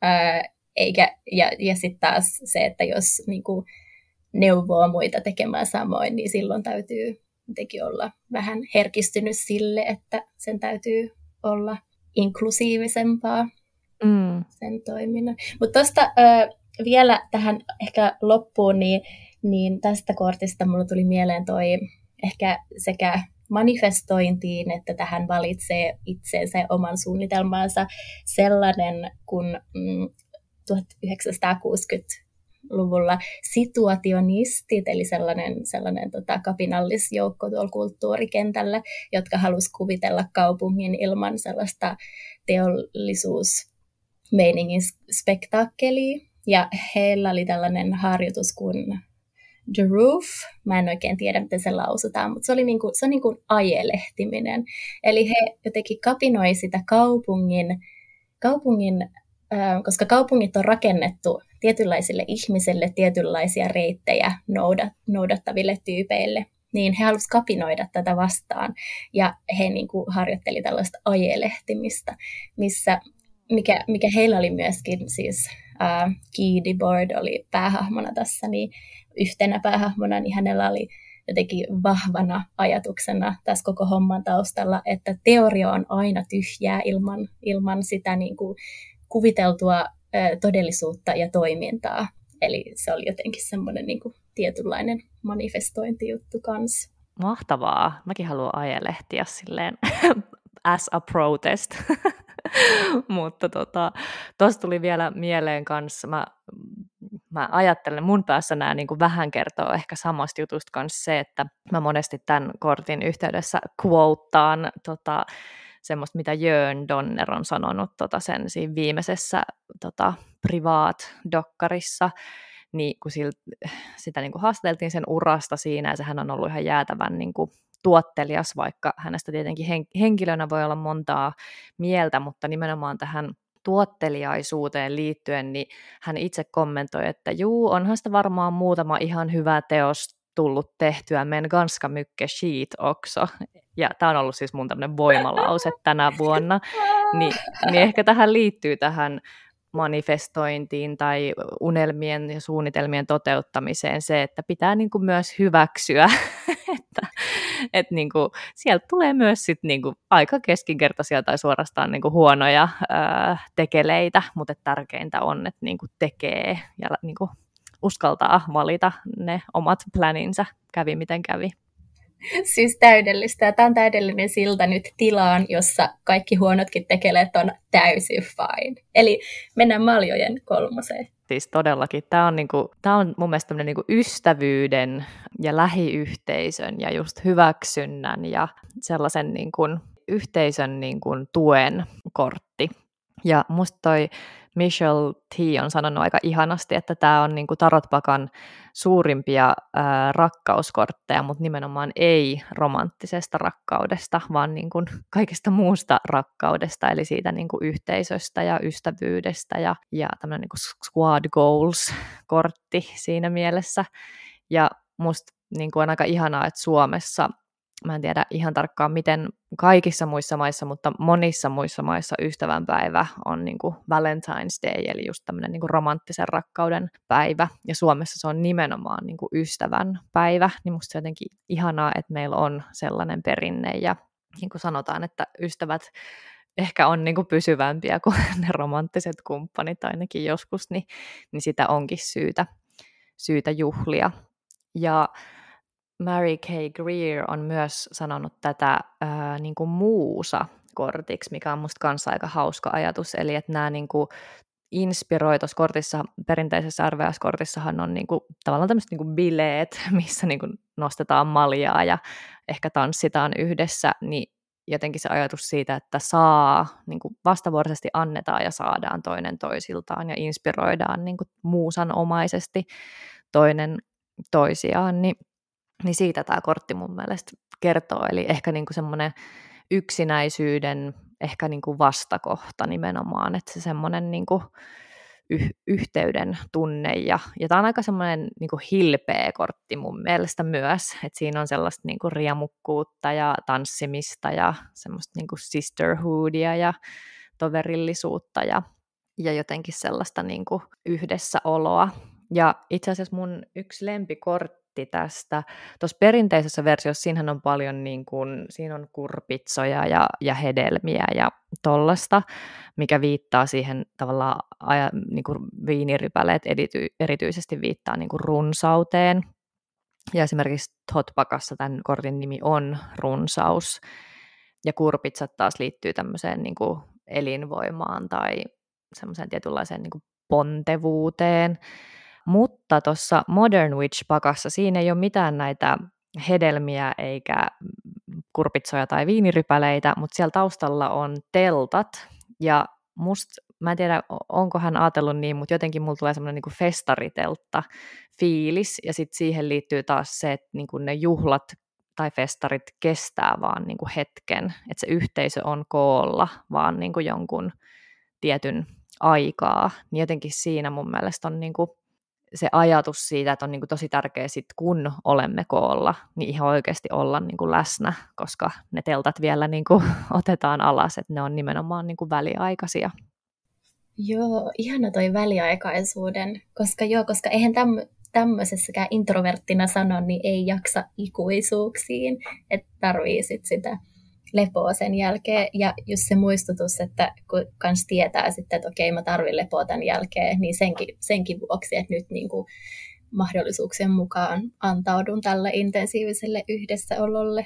Ja sitten taas se, että jos niinku neuvoo muita tekemään samoin, niin silloin täytyy jotenkin olla vähän herkistynyt sille, että sen täytyy olla inklusiivisempaa sen toiminnan. Mutta tuosta vielä tähän ehkä loppuun, niin tästä kortista mulla tuli mieleen toi ehkä sekä manifestointiin, että tähän valitsee itseensä ja oman suunnitelmansa sellainen, kun 1960-luvulla situationistit, eli sellainen kapinallisjoukko tuolla kulttuurikentällä, jotka halusi kuvitella kaupungin ilman sellaista teollisuusmeiningin spektaakkelia. Ja heillä oli tällainen harjoitus kuin The Roof. Mä en oikein tiedä, miten se lausutaan, mutta se on niin kuin ajelehtiminen. Eli he jotenkin kapinoi sitä kaupungin koska kaupungit on rakennettu tietynlaisille ihmisille tietynlaisia reittejä noudattaville tyypeille, niin he halusivat kapinoida tätä vastaan. Ja he niin kuin harjoitteli tällaista ajelehtimistä, mikä heillä oli myöskin, siis Guy Debord oli päähahmona tässä, niin yhtenä päähahmona, niin hänellä oli jotenkin vahvana ajatuksena tässä koko homman taustalla, että teoria on aina tyhjää ilman sitä niin kuin kuviteltua todellisuutta ja toimintaa. Eli se oli jotenkin semmoinen niin kuin tietynlainen manifestointijuttu kanssa. Mahtavaa. Mäkin haluan ajelehtiä silleen as a protest. Mutta tuossa tuli vielä mieleen kanssa, mä ajattelen, mun päässä nämä niin kuin vähän kertoo ehkä samasta jutusta kanssa se, että mä monesti tämän kortin yhteydessä quoteaan semmoista, mitä Jörn Donner on sanonut sen siinä viimeisessä Privaat-dokkarissa, niin kun sitä niin kuin haastateltiin sen urasta siinä, ja sehän on ollut ihan jäätävän niin kuin tuottelias, vaikka hänestä tietenkin henkilönä voi olla montaa mieltä, mutta nimenomaan tähän tuotteliaisuuteen liittyen, niin hän itse kommentoi, että onhan sitä varmaan muutama ihan hyvä teos tullut tehtyä, men ganska mycket skit också. Ja tämä on ollut siis mun tämmöinen voimalause tänä vuonna. Niin ehkä tähän liittyy tähän manifestointiin tai unelmien ja suunnitelmien toteuttamiseen se, että pitää niin kuin myös hyväksyä, että niin kuin, sieltä tulee myös sit niin kuin aika keskinkertaisia tai suorastaan niin kuin huonoja tekeleitä, mutta tärkeintä on, että niin kuin tekee ja niin kuin uskaltaa valita ne omat planinsa, kävi miten kävi. Siis täydellistä. Tämä on täydellinen silta nyt tilaan, jossa kaikki huonotkin tekeleet on täysin fine. Eli mennään Maljojen 3. Siis todellakin. Tämä on mun mielestä niinku ystävyyden ja lähiyhteisön ja just hyväksynnän ja sellaisen niinku yhteisön niinku tuen kortti. Ja musta toi Michelle T. on sanonut aika ihanasti, että tämä on niinku tarotpakan suurimpia rakkauskortteja, mutta nimenomaan ei romanttisesta rakkaudesta, vaan niinku kaikesta muusta rakkaudesta, eli siitä niinku yhteisöstä ja ystävyydestä ja tämmöinen niinku squad goals-kortti siinä mielessä. Ja musta niinku on aika ihanaa, että Suomessa, mä en tiedä ihan tarkkaan miten kaikissa muissa maissa, mutta monissa muissa maissa ystävänpäivä on niin kuin Valentine's Day, eli just tämmöinen niin kuin romanttisen rakkauden päivä. Ja Suomessa se on nimenomaan niin kuin ystävän päivä, niin musta se on jotenkin ihanaa, että meillä on sellainen perinne. Ja niin kuin sanotaan, että ystävät ehkä on niin kuin pysyvämpiä kuin ne romanttiset kumppanit ainakin joskus, niin sitä onkin syytä juhlia. Ja Mary K. Greer on myös sanonut tätä niin kuin muusa-kortiksi, mikä on musta kanssa aika hauska ajatus. Eli että nämä niin kuin inspiroi tuossa kortissa, perinteisessä RVS-kortissahan on niin kuin, tavallaan tämmöiset niin kuin bileet, missä niin kuin nostetaan maljaa ja ehkä tanssitaan yhdessä, niin jotenkin se ajatus siitä, että saa, niin kuin vastavuoroisesti annetaan ja saadaan toinen toisiltaan ja inspiroidaan niin kuin muusanomaisesti toinen toisiaan, niin siitä tämä kortti mun mielestä kertoo, eli ehkä niinku semmoinen yksinäisyyden ehkä niinku vastakohta nimenomaan, että se semmoinen niinku yhteyden tunne, ja tämä on aika semmoinen niinku hilpeä kortti mun mielestä myös, että siinä on sellaista niinku riemukkuutta ja tanssimista ja semmoista niinku sisterhoodia ja toverillisuutta ja jotenkin sellaista niinku yhdessäoloa. Ja itse asiassa mun yksi lempikortti tästä, tuossa perinteisessä versiossa siinähän on paljon niin kuin, siinä on kurpitsoja ja hedelmiä ja tollasta, mikä viittaa siihen tavallaan, niin kuin viinirypäleet erityisesti viittaa niin kuin runsauteen. Ja esimerkiksi Thotpakassa tämän kortin nimi on runsaus, ja kurpitsat taas liittyy tämmöiseen niin kuin elinvoimaan tai semmoiseen tietynlaiseen niin kuin pontevuuteen. Mutta tuossa Modern Witch-pakassa siinä ei ole mitään näitä hedelmiä eikä kurpitsoja tai viinirypäleitä, mutta siellä taustalla on teltat. Ja mä en tiedä, onko hän ajatellut niin, mutta jotenkin mulla tulee semmoinen niinku festariteltta fiilis. Ja sitten siihen liittyy taas se, että niinku ne juhlat tai festarit kestää vaan niinku hetken. Että se yhteisö on koolla vaan niinku jonkun tietyn aikaa. Niin jotenkin siinä mun mielestä on niinku se ajatus siitä, että on niin kuin tosi tärkeää sit, kun olemme koolla, niin ihan oikeasti olla niin kuin läsnä, koska ne teltat vielä niin kuin otetaan alas, että ne on nimenomaan niin kuin väliaikaisia. Joo, ihana toi väliaikaisuuden, koska eihän tämmöisessäkään introverttina sanon, niin ei jaksa ikuisuuksiin, että tarvii sit sitä lepoa sen jälkeen. Ja just se muistutus, että kun kans tietää sitten, että okei, mä tarvin lepoa tämän jälkeen, niin senkin vuoksi, että nyt niin kuin mahdollisuuksien mukaan antaudun tälle intensiiviselle yhdessäololle.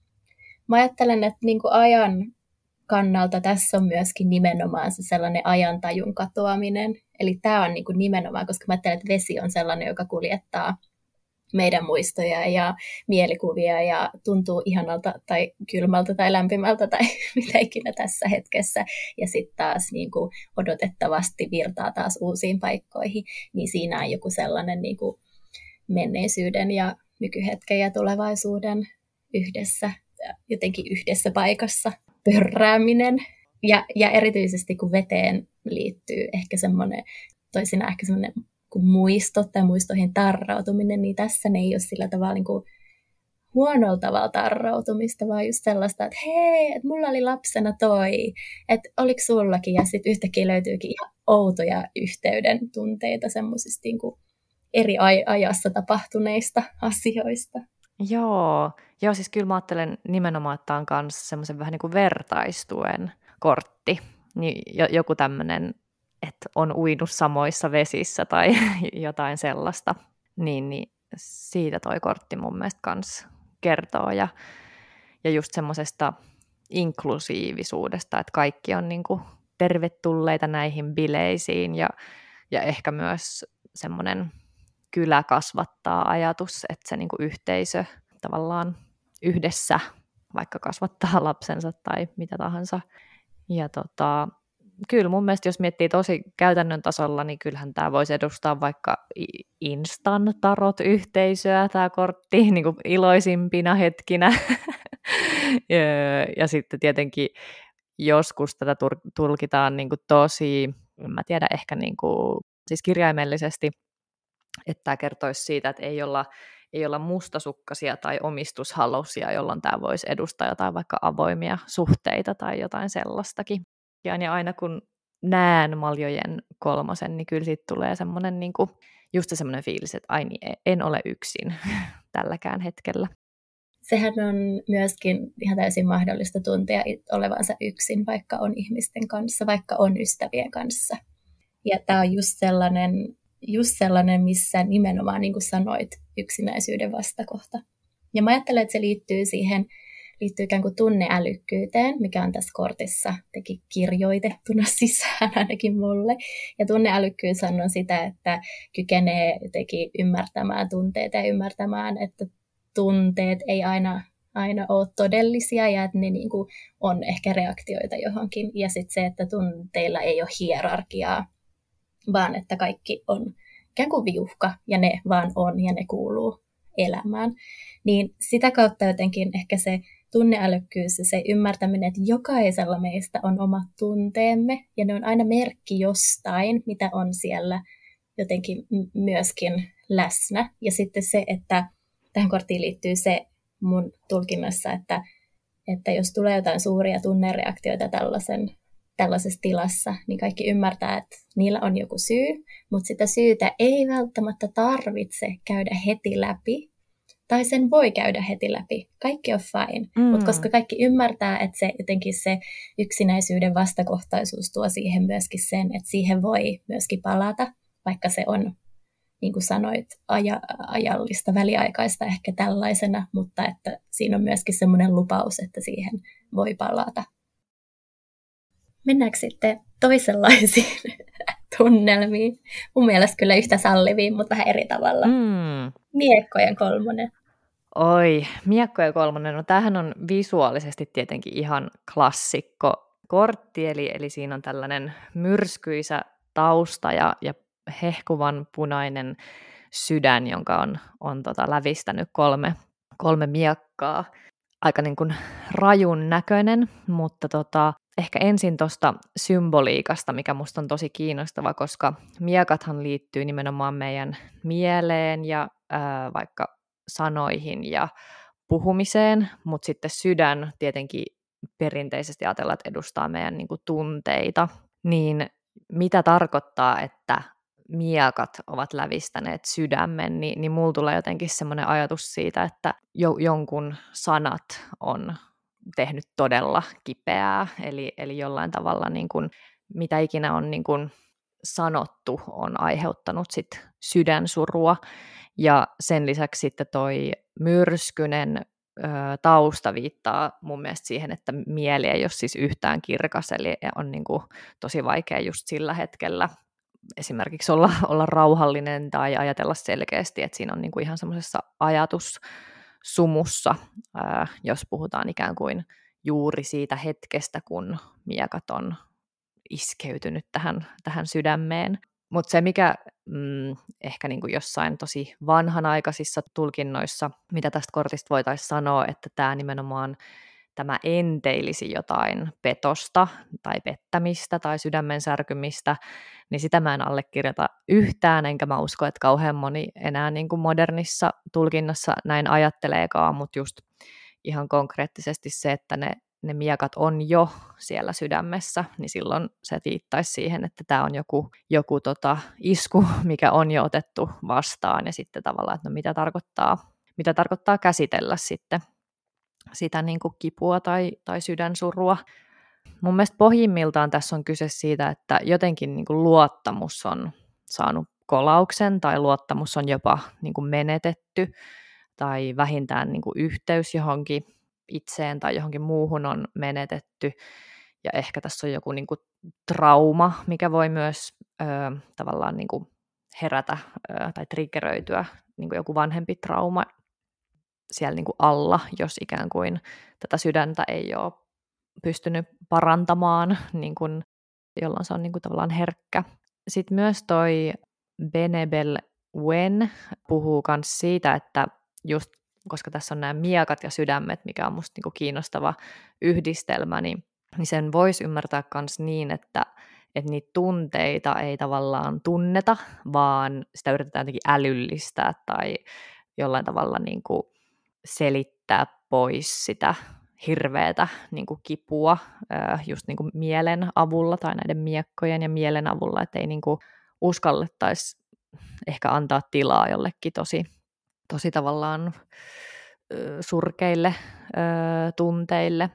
Mä ajattelen, että niin kuin ajan kannalta tässä on myöskin nimenomaan se sellainen ajantajun katoaminen. Eli tämä on niin kuin nimenomaan, koska mä ajattelen, että vesi on sellainen, joka kuljettaa meidän muistoja ja mielikuvia ja tuntuu ihanalta tai kylmältä tai lämpimältä tai mitä ikinä tässä hetkessä. Ja sitten taas niin kuin odotettavasti virtaa taas uusiin paikkoihin, niin siinä on joku sellainen niin kuin menneisyyden ja nykyhetken ja tulevaisuuden yhdessä, jotenkin yhdessä paikassa pörrääminen. Ja erityisesti kun veteen liittyy ehkä semmoinen, toisinaan ehkä semmoinen kuin muistot tai muistoihin tarrautuminen, niin tässä ne ei ole sillä tavalla niin kuin huonolla tavalla tarrautumista, vaan just sellaista, että hei, että mulla oli lapsena toi, että oliko sullakin, ja sitten yhtäkkiä löytyykin ihan outoja yhteyden tunteita semmoisista niin kuin eri ajassa tapahtuneista asioista. Joo, siis kyllä mä ajattelen nimenomaan, että tämä on myös semmoisen vähän niin kuin vertaistuen kortti. Niin joku tämmöinen, että on uinut samoissa vesissä tai jotain sellaista, niin siitä toi kortti mun mielestä kans kertoo. Ja just semmoisesta inklusiivisuudesta, että kaikki on niin kuin tervetulleita näihin bileisiin ja ehkä myös semmoinen kylä kasvattaa ajatus, että se niin kuin yhteisö tavallaan yhdessä vaikka kasvattaa lapsensa tai mitä tahansa. Ja kyllä mun mielestä, jos miettii tosi käytännön tasolla, niin kyllähän tämä voisi edustaa vaikka Instan Tarot-yhteisöä, tämä kortti, niin kuin iloisimpina hetkinä. ja sitten tietenkin joskus tätä tulkitaan niin kuin tosi, en mä tiedä, ehkä niin kuin, siis kirjaimellisesti, että tämä kertoisi siitä, että ei olla mustasukkasia tai omistushalusia, jolloin tämä voisi edustaa jotain vaikka avoimia suhteita tai jotain sellaistakin. Ja aina kun näen Maljojen kolmosen, niin kyllä siitä tulee semmoinen niinku, just semmoinen fiilis, että ai niin, en ole yksin tälläkään hetkellä. Sehän on myöskin ihan täysin mahdollista tuntea olevansa yksin, vaikka on ihmisten kanssa, vaikka on ystävien kanssa. Ja tämä on just sellainen, missä nimenomaan, niin kuin sanoit, yksinäisyyden vastakohta. Ja mä ajattelen, että se liittyy ikään kuin tunneälykkyyteen, mikä on tässä kortissa teki kirjoitettuna sisään ainakin mulle. Ja tunneälykkyys on sitä, että kykenee jotenkin ymmärtämään tunteita ja ymmärtämään, että tunteet ei aina ole todellisia ja että ne niin kuin on ehkä reaktioita johonkin. Ja sitten se, että tunteilla ei ole hierarkiaa, vaan että kaikki on ikään kuin viuhka ja ne vaan on ja ne kuuluu elämään. Niin sitä kautta jotenkin ehkä se tunneälykkyys ja se ymmärtäminen, että jokaisella meistä on omat tunteemme ja ne on aina merkki jostain, mitä on siellä jotenkin myöskin läsnä. Ja sitten se, että tähän korttiin liittyy se mun tulkinnassa, että jos tulee jotain suuria tunnereaktioita tällaisessa tilassa, niin kaikki ymmärtää, että niillä on joku syy, mutta sitä syytä ei välttämättä tarvitse käydä heti läpi, tai sen voi käydä heti läpi. Kaikki on fine, mutta koska kaikki ymmärtää, että se jotenkin se yksinäisyyden vastakohtaisuus tuo siihen myöskin sen, että siihen voi myöskin palata, vaikka se on, niin kuin sanoit, ajallista, väliaikaista ehkä tällaisena, mutta että siinä on myöskin semmoinen lupaus, että siihen voi palata. Mennäänkö sitten toisenlaisiin tunnelmiin? Mun mielestä kyllä yhtä salliviin, mutta vähän eri tavalla. Miekkojen kolmonen. Oi, miekkojen kolmonen. No tämähän on visuaalisesti tietenkin ihan klassikko kortti, eli siinä on tällainen myrskyisä tausta ja hehkuvan punainen sydän, jonka on lävistänyt kolme miekkaa. Aika niin kuin rajun näköinen, mutta ehkä ensin tuosta symboliikasta, mikä musta on tosi kiinnostava, koska miekathan liittyy nimenomaan meidän mieleen ja vaikka sanoihin ja puhumiseen, mutta sitten sydän tietenkin perinteisesti ajatellaan, että edustaa meidän niin kuin tunteita. Niin mitä tarkoittaa, että miekat ovat lävistäneet sydämen, niin mulla tulee jotenkin semmoinen ajatus siitä, että jonkun sanat on tehnyt todella kipeää, eli jollain tavalla niin kuin, mitä ikinä on niin kuin sanottu, on aiheuttanut sit sydänsurua, ja sen lisäksi sitten toi myrskyinen tausta viittaa mun mielestä siihen, että mieli ei ole siis yhtään kirkas, eli on niin kuin tosi vaikea just sillä hetkellä esimerkiksi olla rauhallinen tai ajatella selkeästi, että siinä on niin kuin ihan semmoisessa ajatussumussa, jos puhutaan ikään kuin juuri siitä hetkestä, kun miekat on iskeytynyt tähän sydämeen. Mutta se, mikä ehkä niin kuin jossain tosi vanhanaikaisissa tulkinnoissa, mitä tästä kortista voitaisiin sanoa, että tämä nimenomaan tämä enteilisi jotain petosta tai pettämistä tai sydämen särkymistä, niin sitä mä en allekirjoita yhtään, enkä mä usko, että kauhean moni enää niin kuin modernissa tulkinnassa näin ajatteleekaan, mutta just ihan konkreettisesti se, että ne miekat on jo siellä sydämessä, niin silloin se viittaisi siihen, että tämä on joku isku, mikä on jo otettu vastaan, ja sitten tavallaan, että no mitä tarkoittaa käsitellä sitten sitä niin kuin kipua tai sydänsurua. Mun mielestä pohjimmiltaan tässä on kyse siitä, että jotenkin niin kuin luottamus on saanut kolauksen tai luottamus on jopa niin kuin menetetty tai vähintään niin kuin yhteys johonkin itseen tai johonkin muuhun on menetetty. Ja ehkä tässä on joku niin kuin trauma, mikä voi myös tavallaan niin kuin herätä tai triggeröityä, niin kuin joku vanhempi trauma siellä niin kuin alla, jos ikään kuin tätä sydäntä ei ole pystynyt parantamaan, niin kuin, jolloin se on niin kuin tavallaan herkkä. Sitten myös toi Benebell Wen puhuu myös siitä, että just koska tässä on nämä miekat ja sydämet, mikä on musta niin kuin kiinnostava yhdistelmä, niin sen voisi ymmärtää myös niin, että niitä tunteita ei tavallaan tunneta, vaan sitä yritetään jotenkin älyllistää tai jollain tavalla niin kuin selittää pois sitä hirveätä niin kuin kipua just niin kuin mielen avulla tai näiden miekkojen ja mielen avulla, että ei niin kuin uskallettaisi ehkä antaa tilaa jollekin tosi tavallaan surkeille tunteille.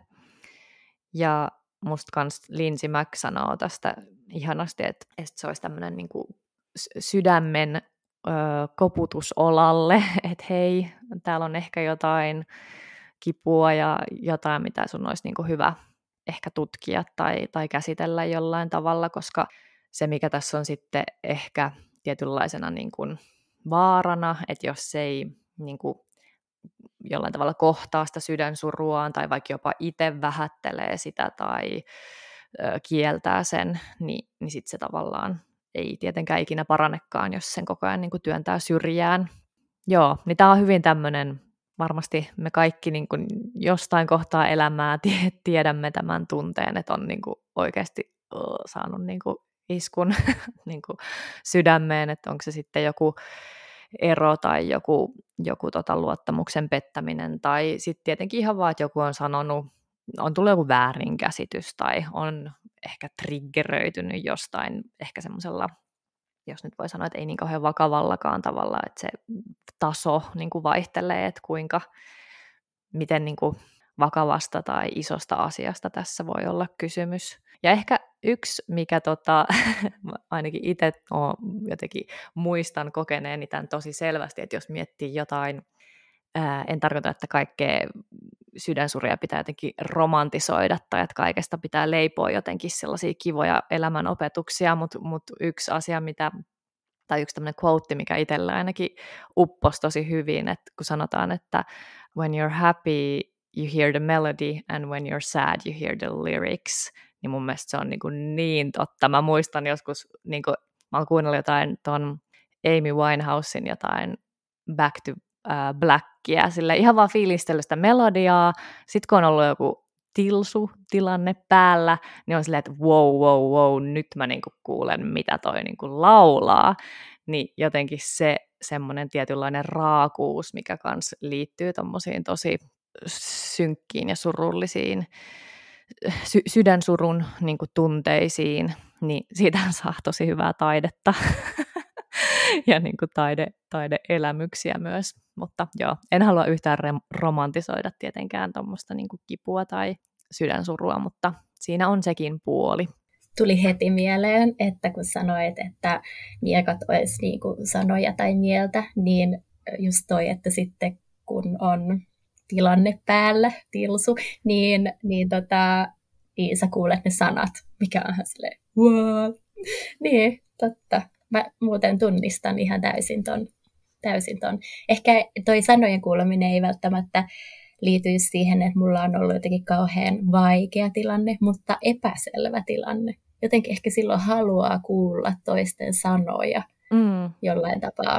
Ja musta kans Lindsay Mack sanoo tästä ihanasti, että se olisi tämmöinen niin kuin sydämen koputus olalle, että hei, täällä on ehkä jotain kipua ja jotain, mitä sun olisi niin kuin hyvä ehkä tutkia tai käsitellä jollain tavalla, koska se, mikä tässä on sitten ehkä tietynlaisena niin kuin vaarana, että jos ei niin kuin jollain tavalla kohtaa sitä sydänsuruaan tai vaikka jopa itse vähättelee sitä tai kieltää sen, niin sitten se tavallaan ei tietenkään ikinä paranekaan, jos sen koko ajan niin kuin työntää syrjään. Joo, niin tämä on hyvin tämmöinen, varmasti me kaikki niin kuin jostain kohtaa elämää tiedämme tämän tunteen, että on niin kuin oikeasti saanut niin kuin iskun niin kuin sydämeen, että onko se sitten joku ero tai joku luottamuksen pettäminen, tai sitten tietenkin ihan vaan, että joku on sanonut, on tullut joku väärinkäsitys, tai on ehkä triggeröitynyt jostain ehkä semmoisella, jos nyt voi sanoa, että ei niin kauhean vakavallakaan tavalla, että se taso niin kuin vaihtelee, että miten niin kuin vakavasta tai isosta asiasta tässä voi olla kysymys. Ja ehkä yksi, mikä ainakin itse jotenkin muistan kokeneeni tämän tosi selvästi, että jos miettii jotain, en tarkoita, että kaikkea sydänsuria pitää jotenkin romantisoida tai että kaikesta pitää leipoa jotenkin sellaisia kivoja elämänopetuksia, mutta yksi asia, tai yksi tämmöinen quote, mikä itsellä ainakin upposi tosi hyvin, että kun sanotaan, että when you're happy, you hear the melody, and when you're sad, you hear the lyrics, niin mun mielestä se on niin totta. Mä muistan joskus, mä oon kuunnellut jotain ton Amy Winehousen jotain Back to Blackia, sille ihan vaan fiilistellyt sitä melodiaa, sit kun on ollut joku tilanne päällä, niin on silleen, että wow, nyt mä niinku kuulen, mitä toi niinku laulaa, niin jotenkin se semmoinen tietynlainen raakuus, mikä kans liittyy tommosiin tosi synkkiin ja surullisiin sydänsurun niinku tunteisiin, niin siitähän saa tosi hyvää taidetta ja niinku taideelämyksiä myös, mutta joo, en halua yhtään romantisoida tietenkään tuommoista niinku kipua tai sydänsurua, mutta siinä on sekin puoli. Tuli heti mieleen, että kun sanoit, että miekat olisi niinku sanoja tai mieltä, niin just toi, että sitten kun on tilanne päällä, tilsu, niin sä kuulet ne sanat, mikä on silleen, what? Niin, totta. Mä muuten tunnistan ihan täysin ton. Ehkä toi sanojen kuuleminen ei välttämättä liity siihen, että mulla on ollut jotenkin kauhean vaikea tilanne, mutta epäselvä tilanne. Jotenkin ehkä silloin haluaa kuulla toisten sanoja jollain tapaa.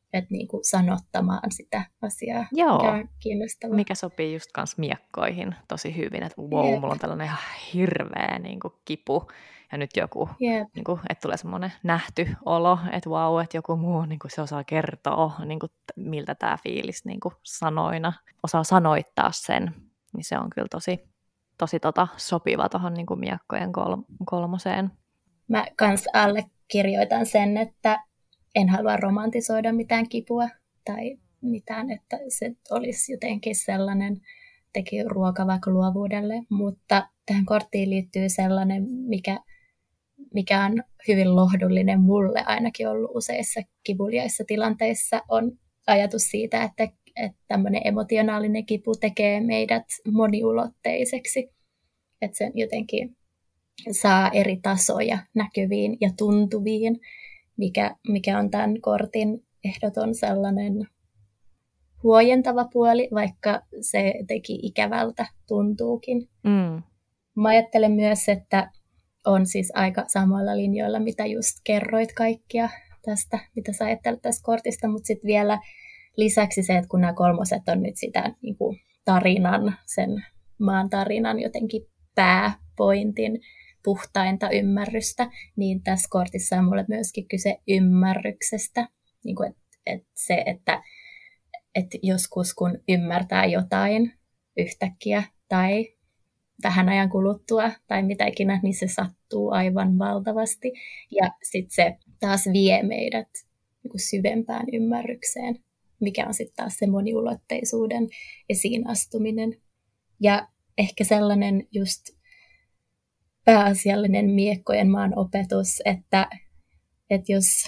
niin kuin sanottamaan sitä asiaa, Joo, mikä on kiinnostavaa. mikä sopii just kans miekkoihin tosi hyvin, että Jep. mulla on tällainen ihan hirveä niin kuin kipu, ja nyt joku, Jep. niin kuin, että tulee semmoinen nähty olo, että että joku muu niin kuin se osaa kertoa, niin kuin, miltä tämä fiilis niin kuin sanoina, osaa sanoittaa sen, niin se on kyllä tosi sopiva tuohon niin kuin miekkojen kolmoseen. Mä kans allekirjoitan sen, että en halua romantisoida mitään kipua tai mitään, että se olisi jotenkin sellainen teki ruoka vaikka luovuudelle, mutta tähän korttiin liittyy sellainen, mikä on hyvin lohdullinen mulle ainakin ollut useissa kivuliaissa tilanteissa, on ajatus siitä, että tämmöinen emotionaalinen kipu tekee meidät moniulotteiseksi, että sen jotenkin saa eri tasoja näkyviin ja tuntuviin, mikä on tämän kortin ehdoton sellainen huojentava puoli, vaikka se teki ikävältä tuntuukin. Mä ajattelen myös, että on siis aika samoilla linjoilla, mitä just kerroit kaikkia tästä, mitä sä ajattelet tästä kortista, mutta sitten vielä lisäksi se, että kun nämä kolmoset on nyt sitä niin kuin tarinan, sen maan tarinan jotenkin pääpointin puhtainta ymmärrystä, niin tässä kortissa on mulle myöskin kyse ymmärryksestä. Niin kuin, että joskus kun ymmärtää jotain yhtäkkiä tai vähän ajan kuluttua tai mitä ikinä, niin se sattuu aivan valtavasti. Ja sitten se taas vie meidät niin kuin syvempään ymmärrykseen, mikä on sitten taas se moniulotteisuuden esiin astuminen. Ja ehkä sellainen just pääasiallinen miekkojen maan opetus, että jos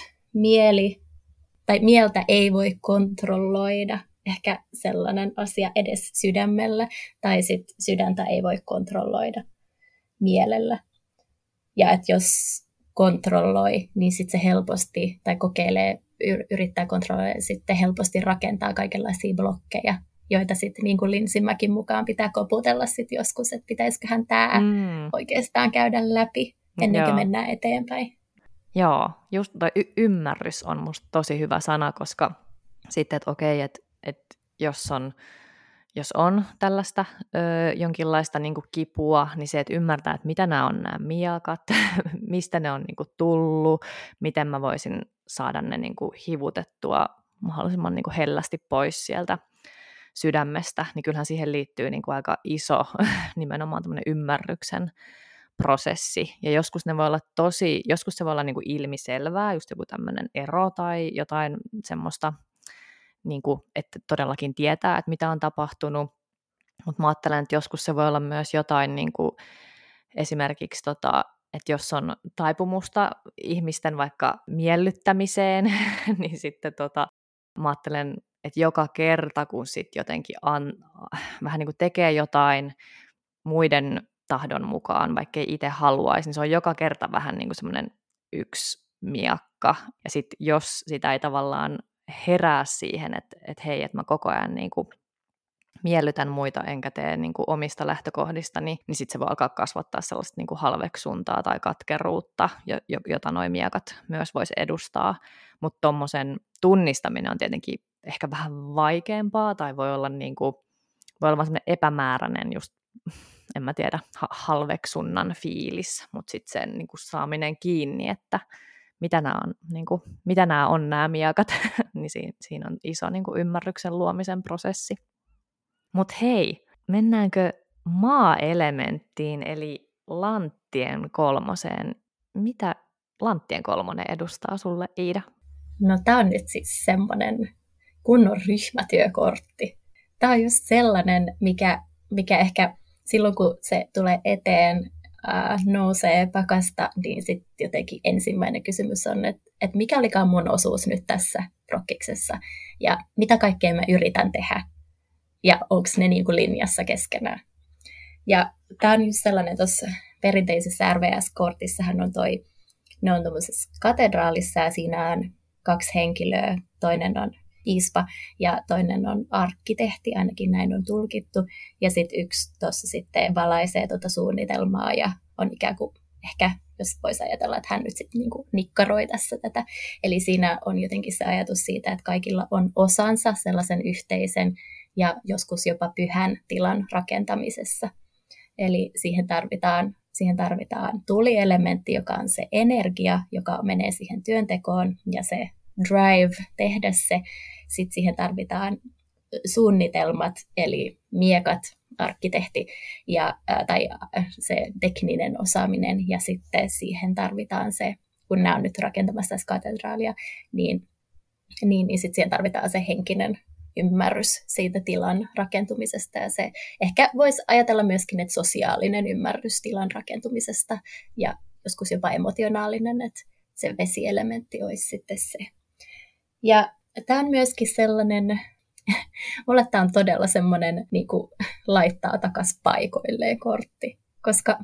mieltä ei voi kontrolloida, ehkä sellainen asia edes sydämellä, tai sitten sydäntä ei voi kontrolloida mielellä. Ja että jos kontrolloi, niin sitten se helposti, tai yrittää kontrolloida, sitten helposti rakentaa kaikenlaisia blokkeja, joita sitten niin kuin Linsimäkin mukaan pitää koputella sitten joskus, että pitäisiköhän tämä oikeastaan käydä läpi ennen kuin mennään eteenpäin. Joo, just toi ymmärrys on musta tosi hyvä sana, koska sitten, että okei, että jos on tällaista jonkinlaista niin kuin kipua, niin se, että ymmärtää, että mitä nämä on nämä miekat, mistä ne on niin kuin tullut, miten mä voisin saada ne niin kuin hivutettua mahdollisimman niin kuin hellästi pois sieltä sydämestä, niin kyllähän siihen liittyy niin kuin aika iso nimenomaan tämmöinen ymmärryksen prosessi. Ja joskus se voi olla niin kuin ilmiselvää, just joku tämmöinen ero tai jotain semmoista, niin kuin, että todellakin tietää, että mitä on tapahtunut. Mutta mä ajattelen, että joskus se voi olla myös jotain niin kuin esimerkiksi, että jos on taipumusta ihmisten vaikka miellyttämiseen, niin sitten mä ajattelen, että joka kerta, kun sitten jotenkin vähän niin kuin tekee jotain muiden tahdon mukaan, vaikka ei itse haluaisi, niin se on joka kerta vähän niin kuin semmoinen yksi miakka. Ja sitten jos sitä ei tavallaan herää siihen, että hei, että mä koko ajan niin kuin miellytän muita enkä tee niin kuin omista lähtökohdistani, niin sitten se voi alkaa kasvattaa sellaista niin kuin halveksuntaa tai katkeruutta, jota nuo miekat myös voisi edustaa. Mutta tuommoisen tunnistaminen on tietenkin ehkä vähän vaikeampaa tai voi olla vaan semmoinen epämääräinen just, en mä tiedä, halveksunnan fiilis, mutta sitten sen niin kuin saaminen kiinni, että mitä nämä on nämä miekat, niin siinä on iso niin kuin ymmärryksen luomisen prosessi. Mutta hei, mennäänkö maa-elementtiin, eli Lanttien kolmoseen? Mitä Lanttien kolmonen edustaa sulle, Iida? No tää on nyt siis semmoinen kunnon ryhmätyökortti. Tää on just sellainen, mikä ehkä silloin kun se tulee eteen, nousee pakasta, niin sitten jotenkin ensimmäinen kysymys on, että mikä olikaan mun osuus nyt tässä prokkiksessa ja mitä kaikkea mä yritän tehdä ja onko ne niin kuin linjassa keskenään. Ja tämä on just sellainen tuossa perinteisessä RVS-kortissahan on ne on tuollaisessa katedraalissa ja siinä on 2 henkilöä, toinen on piispa ja toinen on arkkitehti, ainakin näin on tulkittu. Ja sitten yksi tuossa sitten valaisee tuota suunnitelmaa ja on ikään kuin ehkä jos voisi ajatella, että hän nyt sitten niin kuin nikkaroi tässä tätä. Eli siinä on jotenkin se ajatus siitä, että kaikilla on osansa sellaisen yhteisen ja joskus jopa pyhän tilan rakentamisessa. Eli siihen tarvitaan tulielementti, joka on se energia, joka menee siihen työntekoon ja se drive tehdä se. Sitten siihen tarvitaan suunnitelmat, eli miekat, arkkitehti tai se tekninen osaaminen, ja sitten siihen tarvitaan se, kun nämä on nyt rakentamassa tässä katedraalia, niin sitten siihen tarvitaan se henkinen ymmärrys siitä tilan rakentumisesta, ja se ehkä voisi ajatella myöskin, että sosiaalinen ymmärrys tilan rakentumisesta, ja joskus jopa emotionaalinen, että se vesielementti olisi sitten se. Ja tämä on myöskin sellainen, mulle tämä on todella semmoinen niin kuin laittaa takas paikoilleen kortti, koska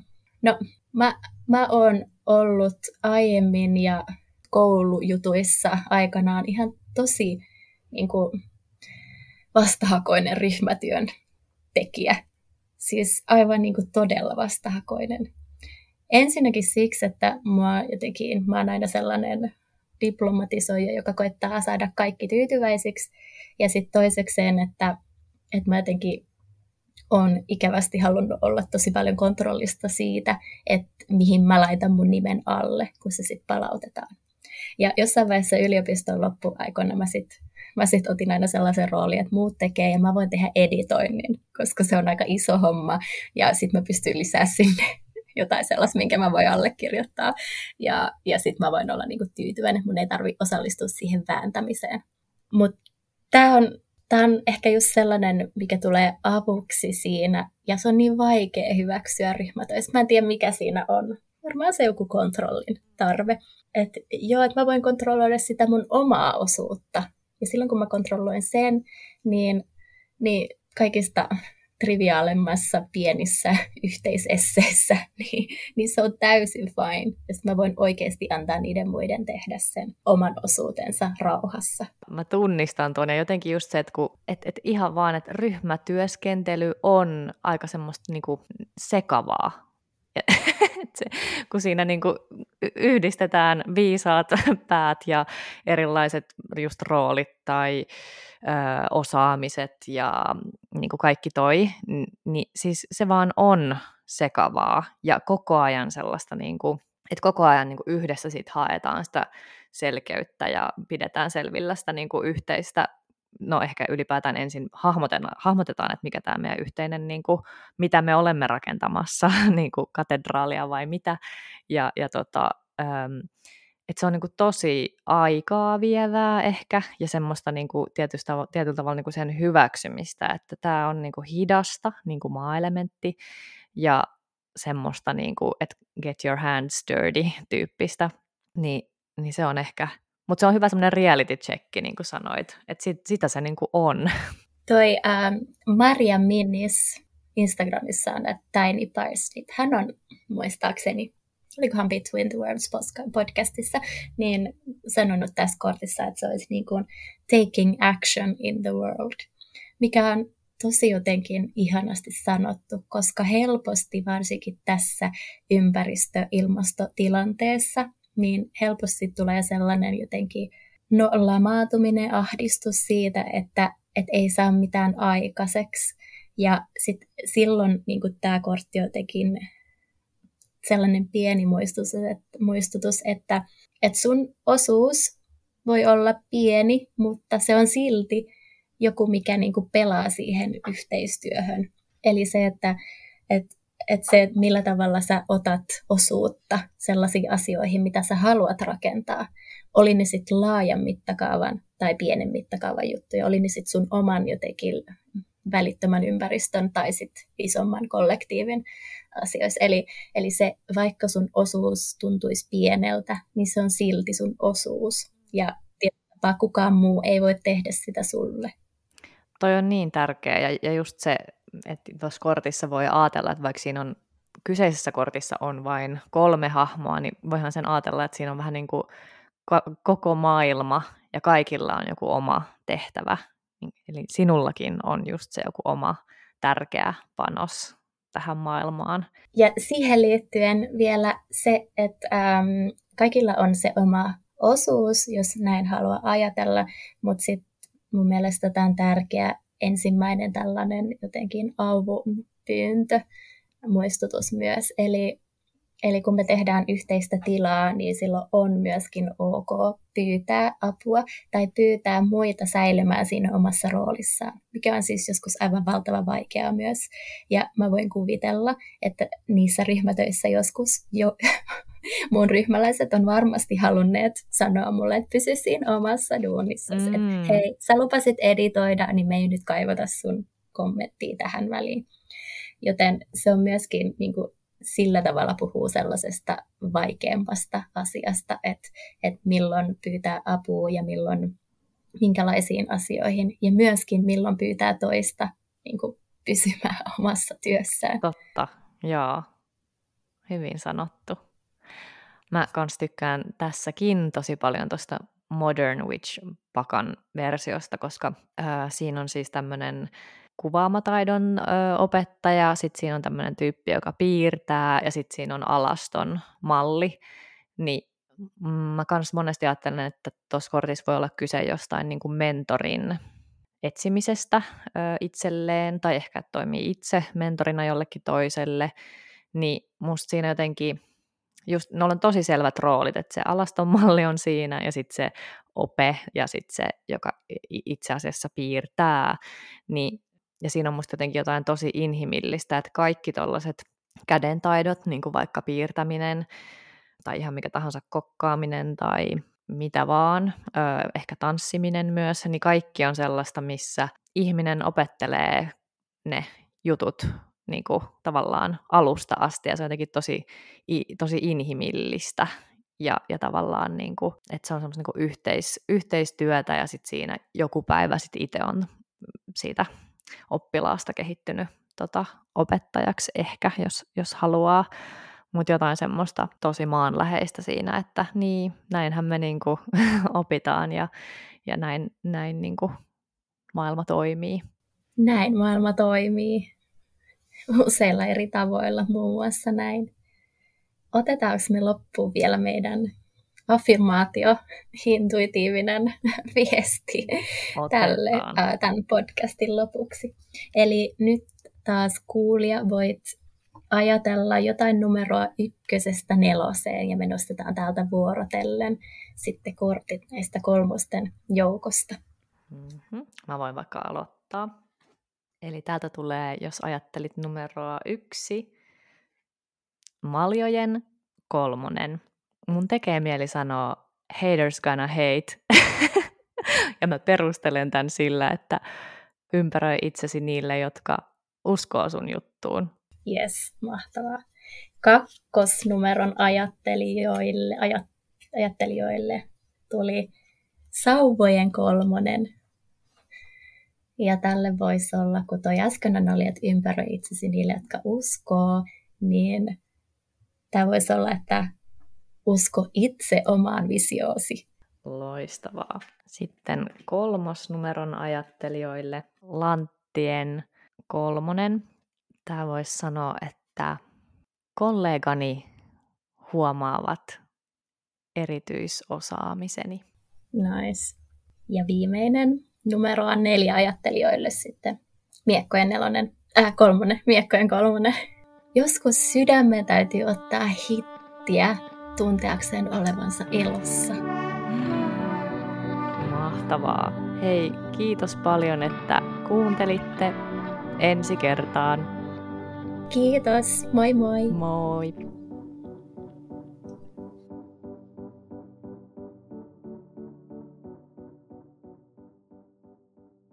mä oon ollut aiemmin ja koulujutuissa aikanaan ihan tosi niin kuin vastahakoinen ryhmätyön tekijä. Siis aivan niin kuin todella vastahakoinen. Ensinnäkin siksi, että mä oon aina sellainen diplomatisoija, joka koettaa saada kaikki tyytyväisiksi. Ja sitten toisekseen, että mä jotenkin olen ikävästi halunnut olla tosi paljon kontrollista siitä, että mihin mä laitan mun nimen alle, kun se sitten palautetaan. Ja jossain vaiheessa yliopiston loppuaikoina mä sit otin aina sellaisen roolin, että muut tekee ja mä voin tehdä editoinnin, koska se on aika iso homma. Ja sitten mä pystyn lisää sinne jotain sellaista, minkä mä voin allekirjoittaa. Ja sitten mä voin olla niinku tyytyväinen, mun ei tarvitse osallistua siihen vääntämiseen. Mutta tämä on ehkä just sellainen, mikä tulee avuksi siinä, ja se on niin vaikea hyväksyä ryhmätöissä. Mä en tiedä, mikä siinä on. Varmaan se joku kontrollin tarve. Että mä voin kontrolloida sitä mun omaa osuutta. Ja silloin, kun mä kontrolloin sen, niin kaikista triviaalemmassa pienissä yhteisesseissä, niin se on täysin fine. Ja sitten mä voin oikeasti antaa niiden muiden tehdä sen oman osuutensa rauhassa. Mä tunnistan tuon ja jotenkin just se, että ihan vaan, että ryhmätyöskentely on aika semmoista niinku sekavaa. Kun siinä niinku yhdistetään viisaat päät ja erilaiset just roolit tai osaamiset ja niinku kaikki toi, niin siis se vaan on sekavaa ja koko ajan sellaista, niinku, että koko ajan niinku yhdessä sit haetaan sitä selkeyttä ja pidetään selvillä sitä niinku yhteistä. No ehkä ylipäätään ensin hahmotetaan, että mikä tämä meidän yhteinen, niin kuin, mitä me olemme rakentamassa, niin kuin katedraalia vai mitä. Että se on niin kuin tosi aikaa vievää ehkä ja semmoista niin kuin tietyllä tavalla niin kuin sen hyväksymistä, että tämä on niin kuin hidasta, niin kuin maa-elementti ja semmoista, niin kuin, että get your hands dirty -tyyppistä, niin se on ehkä. Mutta se on hyvä semmoinen reality check, niin kuin sanoit, että sitä se niin kuin on. Toi Maria Minnis Instagramissa on Tiny Parsnip. Hän on muistaakseni, olikohan Between the Worlds podcastissa, niin sanonut tässä kortissa, että se olisi niin kuin taking action in the world, mikä on tosi jotenkin ihanasti sanottu, koska helposti varsinkin tässä ympäristö-ilmastotilanteessa niin helposti tulee sellainen jotenkin lamautuminen, ahdistus siitä, että ei saa mitään aikaiseksi. Ja silloin niin tämä kortti jotenkin sellainen pieni muistutus, että sun osuus voi olla pieni, mutta se on silti joku, mikä niin kuin pelaa siihen yhteistyöhön. Eli se, että se, millä tavalla sä otat osuutta sellaisiin asioihin, mitä sä haluat rakentaa, oli ne sitten laajan mittakaavan tai pienen mittakaavan juttuja, oli ne sitten sun oman jotenkin välittömän ympäristön tai sitten isomman kollektiivin asioissa. Eli se, vaikka sun osuus tuntuisi pieneltä, niin se on silti sun osuus. Ja tietysti kukaan muu ei voi tehdä sitä sulle. Toi on niin tärkeä ja just se, että tuossa kortissa voi ajatella, että vaikka siinä on kyseisessä kortissa on vain 3 hahmoa, niin voihan sen ajatella, että siinä on vähän niin kuin koko maailma ja kaikilla on joku oma tehtävä. Eli sinullakin on just se joku oma tärkeä panos tähän maailmaan. Ja siihen liittyen vielä se, että kaikilla on se oma osuus, jos näin haluaa ajatella, mutta sitten mun mielestä tämä on tärkeä ensimmäinen tällainen jotenkin avun pyyntö, muistutus myös. Eli kun me tehdään yhteistä tilaa, niin silloin on myöskin ok pyytää apua tai pyytää muita säilymään siinä omassa roolissaan, mikä on siis joskus aivan valtavan vaikeaa myös. Ja mä voin kuvitella, että niissä ryhmätöissä joskus jo mun ryhmäläiset on varmasti halunneet sanoa mulle, että pysy siinä omassa duunissa. Että hei, sä lupasit editoida, niin me ei nyt kaivata sun kommenttia tähän väliin. Joten se on myöskin niin kuin, sillä tavalla puhuu sellaisesta vaikeampasta asiasta, että milloin pyytää apua ja milloin minkälaisiin asioihin ja myöskin milloin pyytää toista niin kuin pysymään omassa työssään. Totta, joo. Hyvin sanottu. Mä kans tykkään tässäkin tosi paljon tuosta Modern Witch-pakan versiosta, koska siinä on siis tämmöinen kuvaamataidon opettaja, sitten siinä on tämmöinen tyyppi, joka piirtää, ja sitten siinä on alaston malli. Niin mä kans monesti ajattelen, että tuossa kortissa voi olla kyse jostain niin kuin mentorin etsimisestä itselleen, tai ehkä toimii itse mentorina jollekin toiselle, niin musta siinä jotenkin just, ne on tosi selvät roolit, että se alaston malli on siinä ja sitten se ope ja sitten se, joka itse asiassa piirtää, niin, ja siinä on musta jotenkin jotain tosi inhimillistä, että kaikki tollaiset kädentaidot, niin kuin vaikka piirtäminen tai ihan mikä tahansa kokkaaminen tai mitä vaan, ehkä tanssiminen myös, niin kaikki on sellaista, missä ihminen opettelee ne jutut niin kuin tavallaan alusta asti, ja se on jotenkin tosi inhimillistä, ja tavallaan, niin kuin, että se on semmoista niin kuin yhteistyötä, ja sitten siinä joku päivä sitten itse on siitä oppilaasta kehittynyt opettajaksi ehkä, jos haluaa, mutta jotain semmoista tosi maanläheistä siinä, että niin, näinhän me niin kuin opitaan, ja näin niin kuin maailma toimii. Näin maailma toimii. Useilla eri tavoilla, muun muassa näin. Otetaanko me loppuun vielä meidän affirmaatio, intuitiivinen viesti tämän podcastin lopuksi. Eli nyt taas kuulija voit ajatella jotain numeroa 1–4 ja me nostetaan täältä vuorotellen sitten kortit näistä 3 joukosta. Mä voin vaikka aloittaa. Eli täältä tulee, jos ajattelit numeroa 1, maljojen 3. Mun tekee mieli sanoa haters gonna hate. Ja mä perustelen tämän sillä, että ympäröi itsesi niille, jotka uskoo sun juttuun. Yes, mahtavaa. 2 numeron ajattelijoille tuli sauvojen 3. Ja tälle voisi olla, kun toi äsken oli, että ympäröi itsesi niille, jotka uskoo, niin tämä voisi olla, että usko itse omaan visioosi. Loistavaa. Sitten 3 numeron ajattelijoille lanttien 3. Tämä voisi sanoa, että kollegani huomaavat erityisosaamiseni. Nice. Ja viimeinen numero on 4 ajattelijoille sitten. Miekkojen 3. Miekkojen 3. Joskus sydämen täytyy ottaa hittiä tunteakseen olevansa elossa. Mahtavaa. Hei, kiitos paljon, että kuuntelitte. Ensi kertaan. Kiitos. Moi moi. Moi.